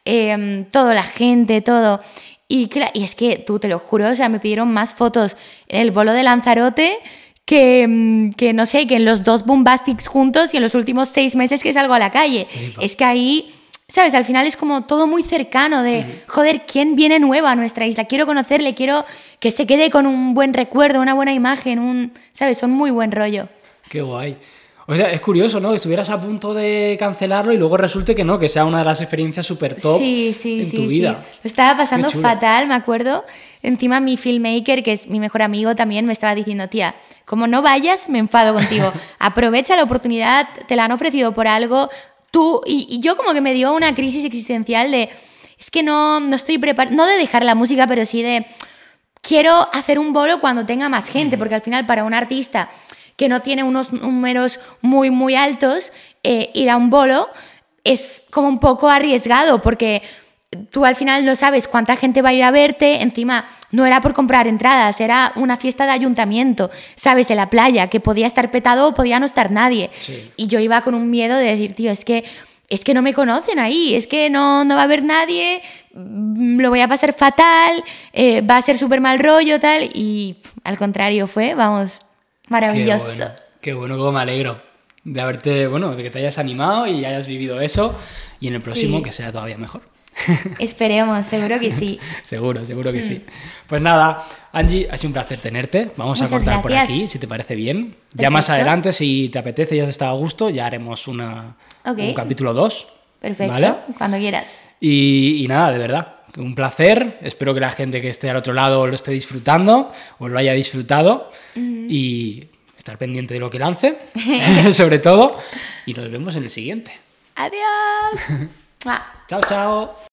eh, toda la gente, todo. Y, cla- y es que, tú te lo juro, o sea, me pidieron más fotos en el vuelo de Lanzarote que, mm, que no sé, que en los dos Bombastics juntos y en los últimos seis meses que salgo a la calle. Flipa. Es que ahí, ¿sabes? Al final es como todo muy cercano de, joder, ¿quién viene nueva a nuestra isla? Quiero conocerle, quiero que se quede con un buen recuerdo, una buena imagen, un, ¿sabes? Son muy buen rollo. Qué guay. O sea, es curioso, ¿no? Que estuvieras a punto de cancelarlo y luego resulte que no, que sea una de las experiencias súper top Sí, sí, en sí, tu sí. vida. Lo estaba pasando Qué chulo. fatal, me acuerdo. Encima mi filmmaker, que es mi mejor amigo también, me estaba diciendo, tía, como no vayas, me enfado contigo. Aprovecha la oportunidad, te la han ofrecido por algo. Tú, y, y yo como que me dio una crisis existencial de, es que no, no estoy preparada, no de dejar la música, pero sí de, quiero hacer un bolo cuando tenga más gente, porque al final para un artista que no tiene unos números muy, muy altos, eh, ir a un bolo es como un poco arriesgado, porque tú al final no sabes cuánta gente va a ir a verte. Encima no era por comprar entradas, era una fiesta de ayuntamiento, ¿sabes? En la playa, que podía estar petado o podía no estar nadie. Sí. Y yo iba con un miedo de decir, tío, es que, es que no me conocen ahí, es que no, no va a haber nadie, mm, lo voy a pasar fatal, eh, va a ser súper mal rollo, tal. Y pff, al contrario fue, vamos, maravilloso. Qué bueno, qué bueno, cómo me alegro de haberte, bueno, de que te hayas animado y hayas vivido eso y en el próximo Sí. que sea todavía mejor. Esperemos, seguro que sí. Seguro, seguro que sí. Pues nada, Angie, ha sido un placer tenerte. Vamos Muchas a cortar por gracias. aquí, si te parece bien. Ya más Perfecto. adelante, si te apetece y has estado a gusto, ya haremos una, Ok. un capítulo dos. Perfecto, ¿Vale? cuando quieras. Y, y nada, de verdad, un placer. Espero que la gente que esté al otro lado lo esté disfrutando o lo haya disfrutado. Y estar pendiente de lo que lance, sobre todo. Y nos vemos en el siguiente. Adiós. Mua. Chao, chao.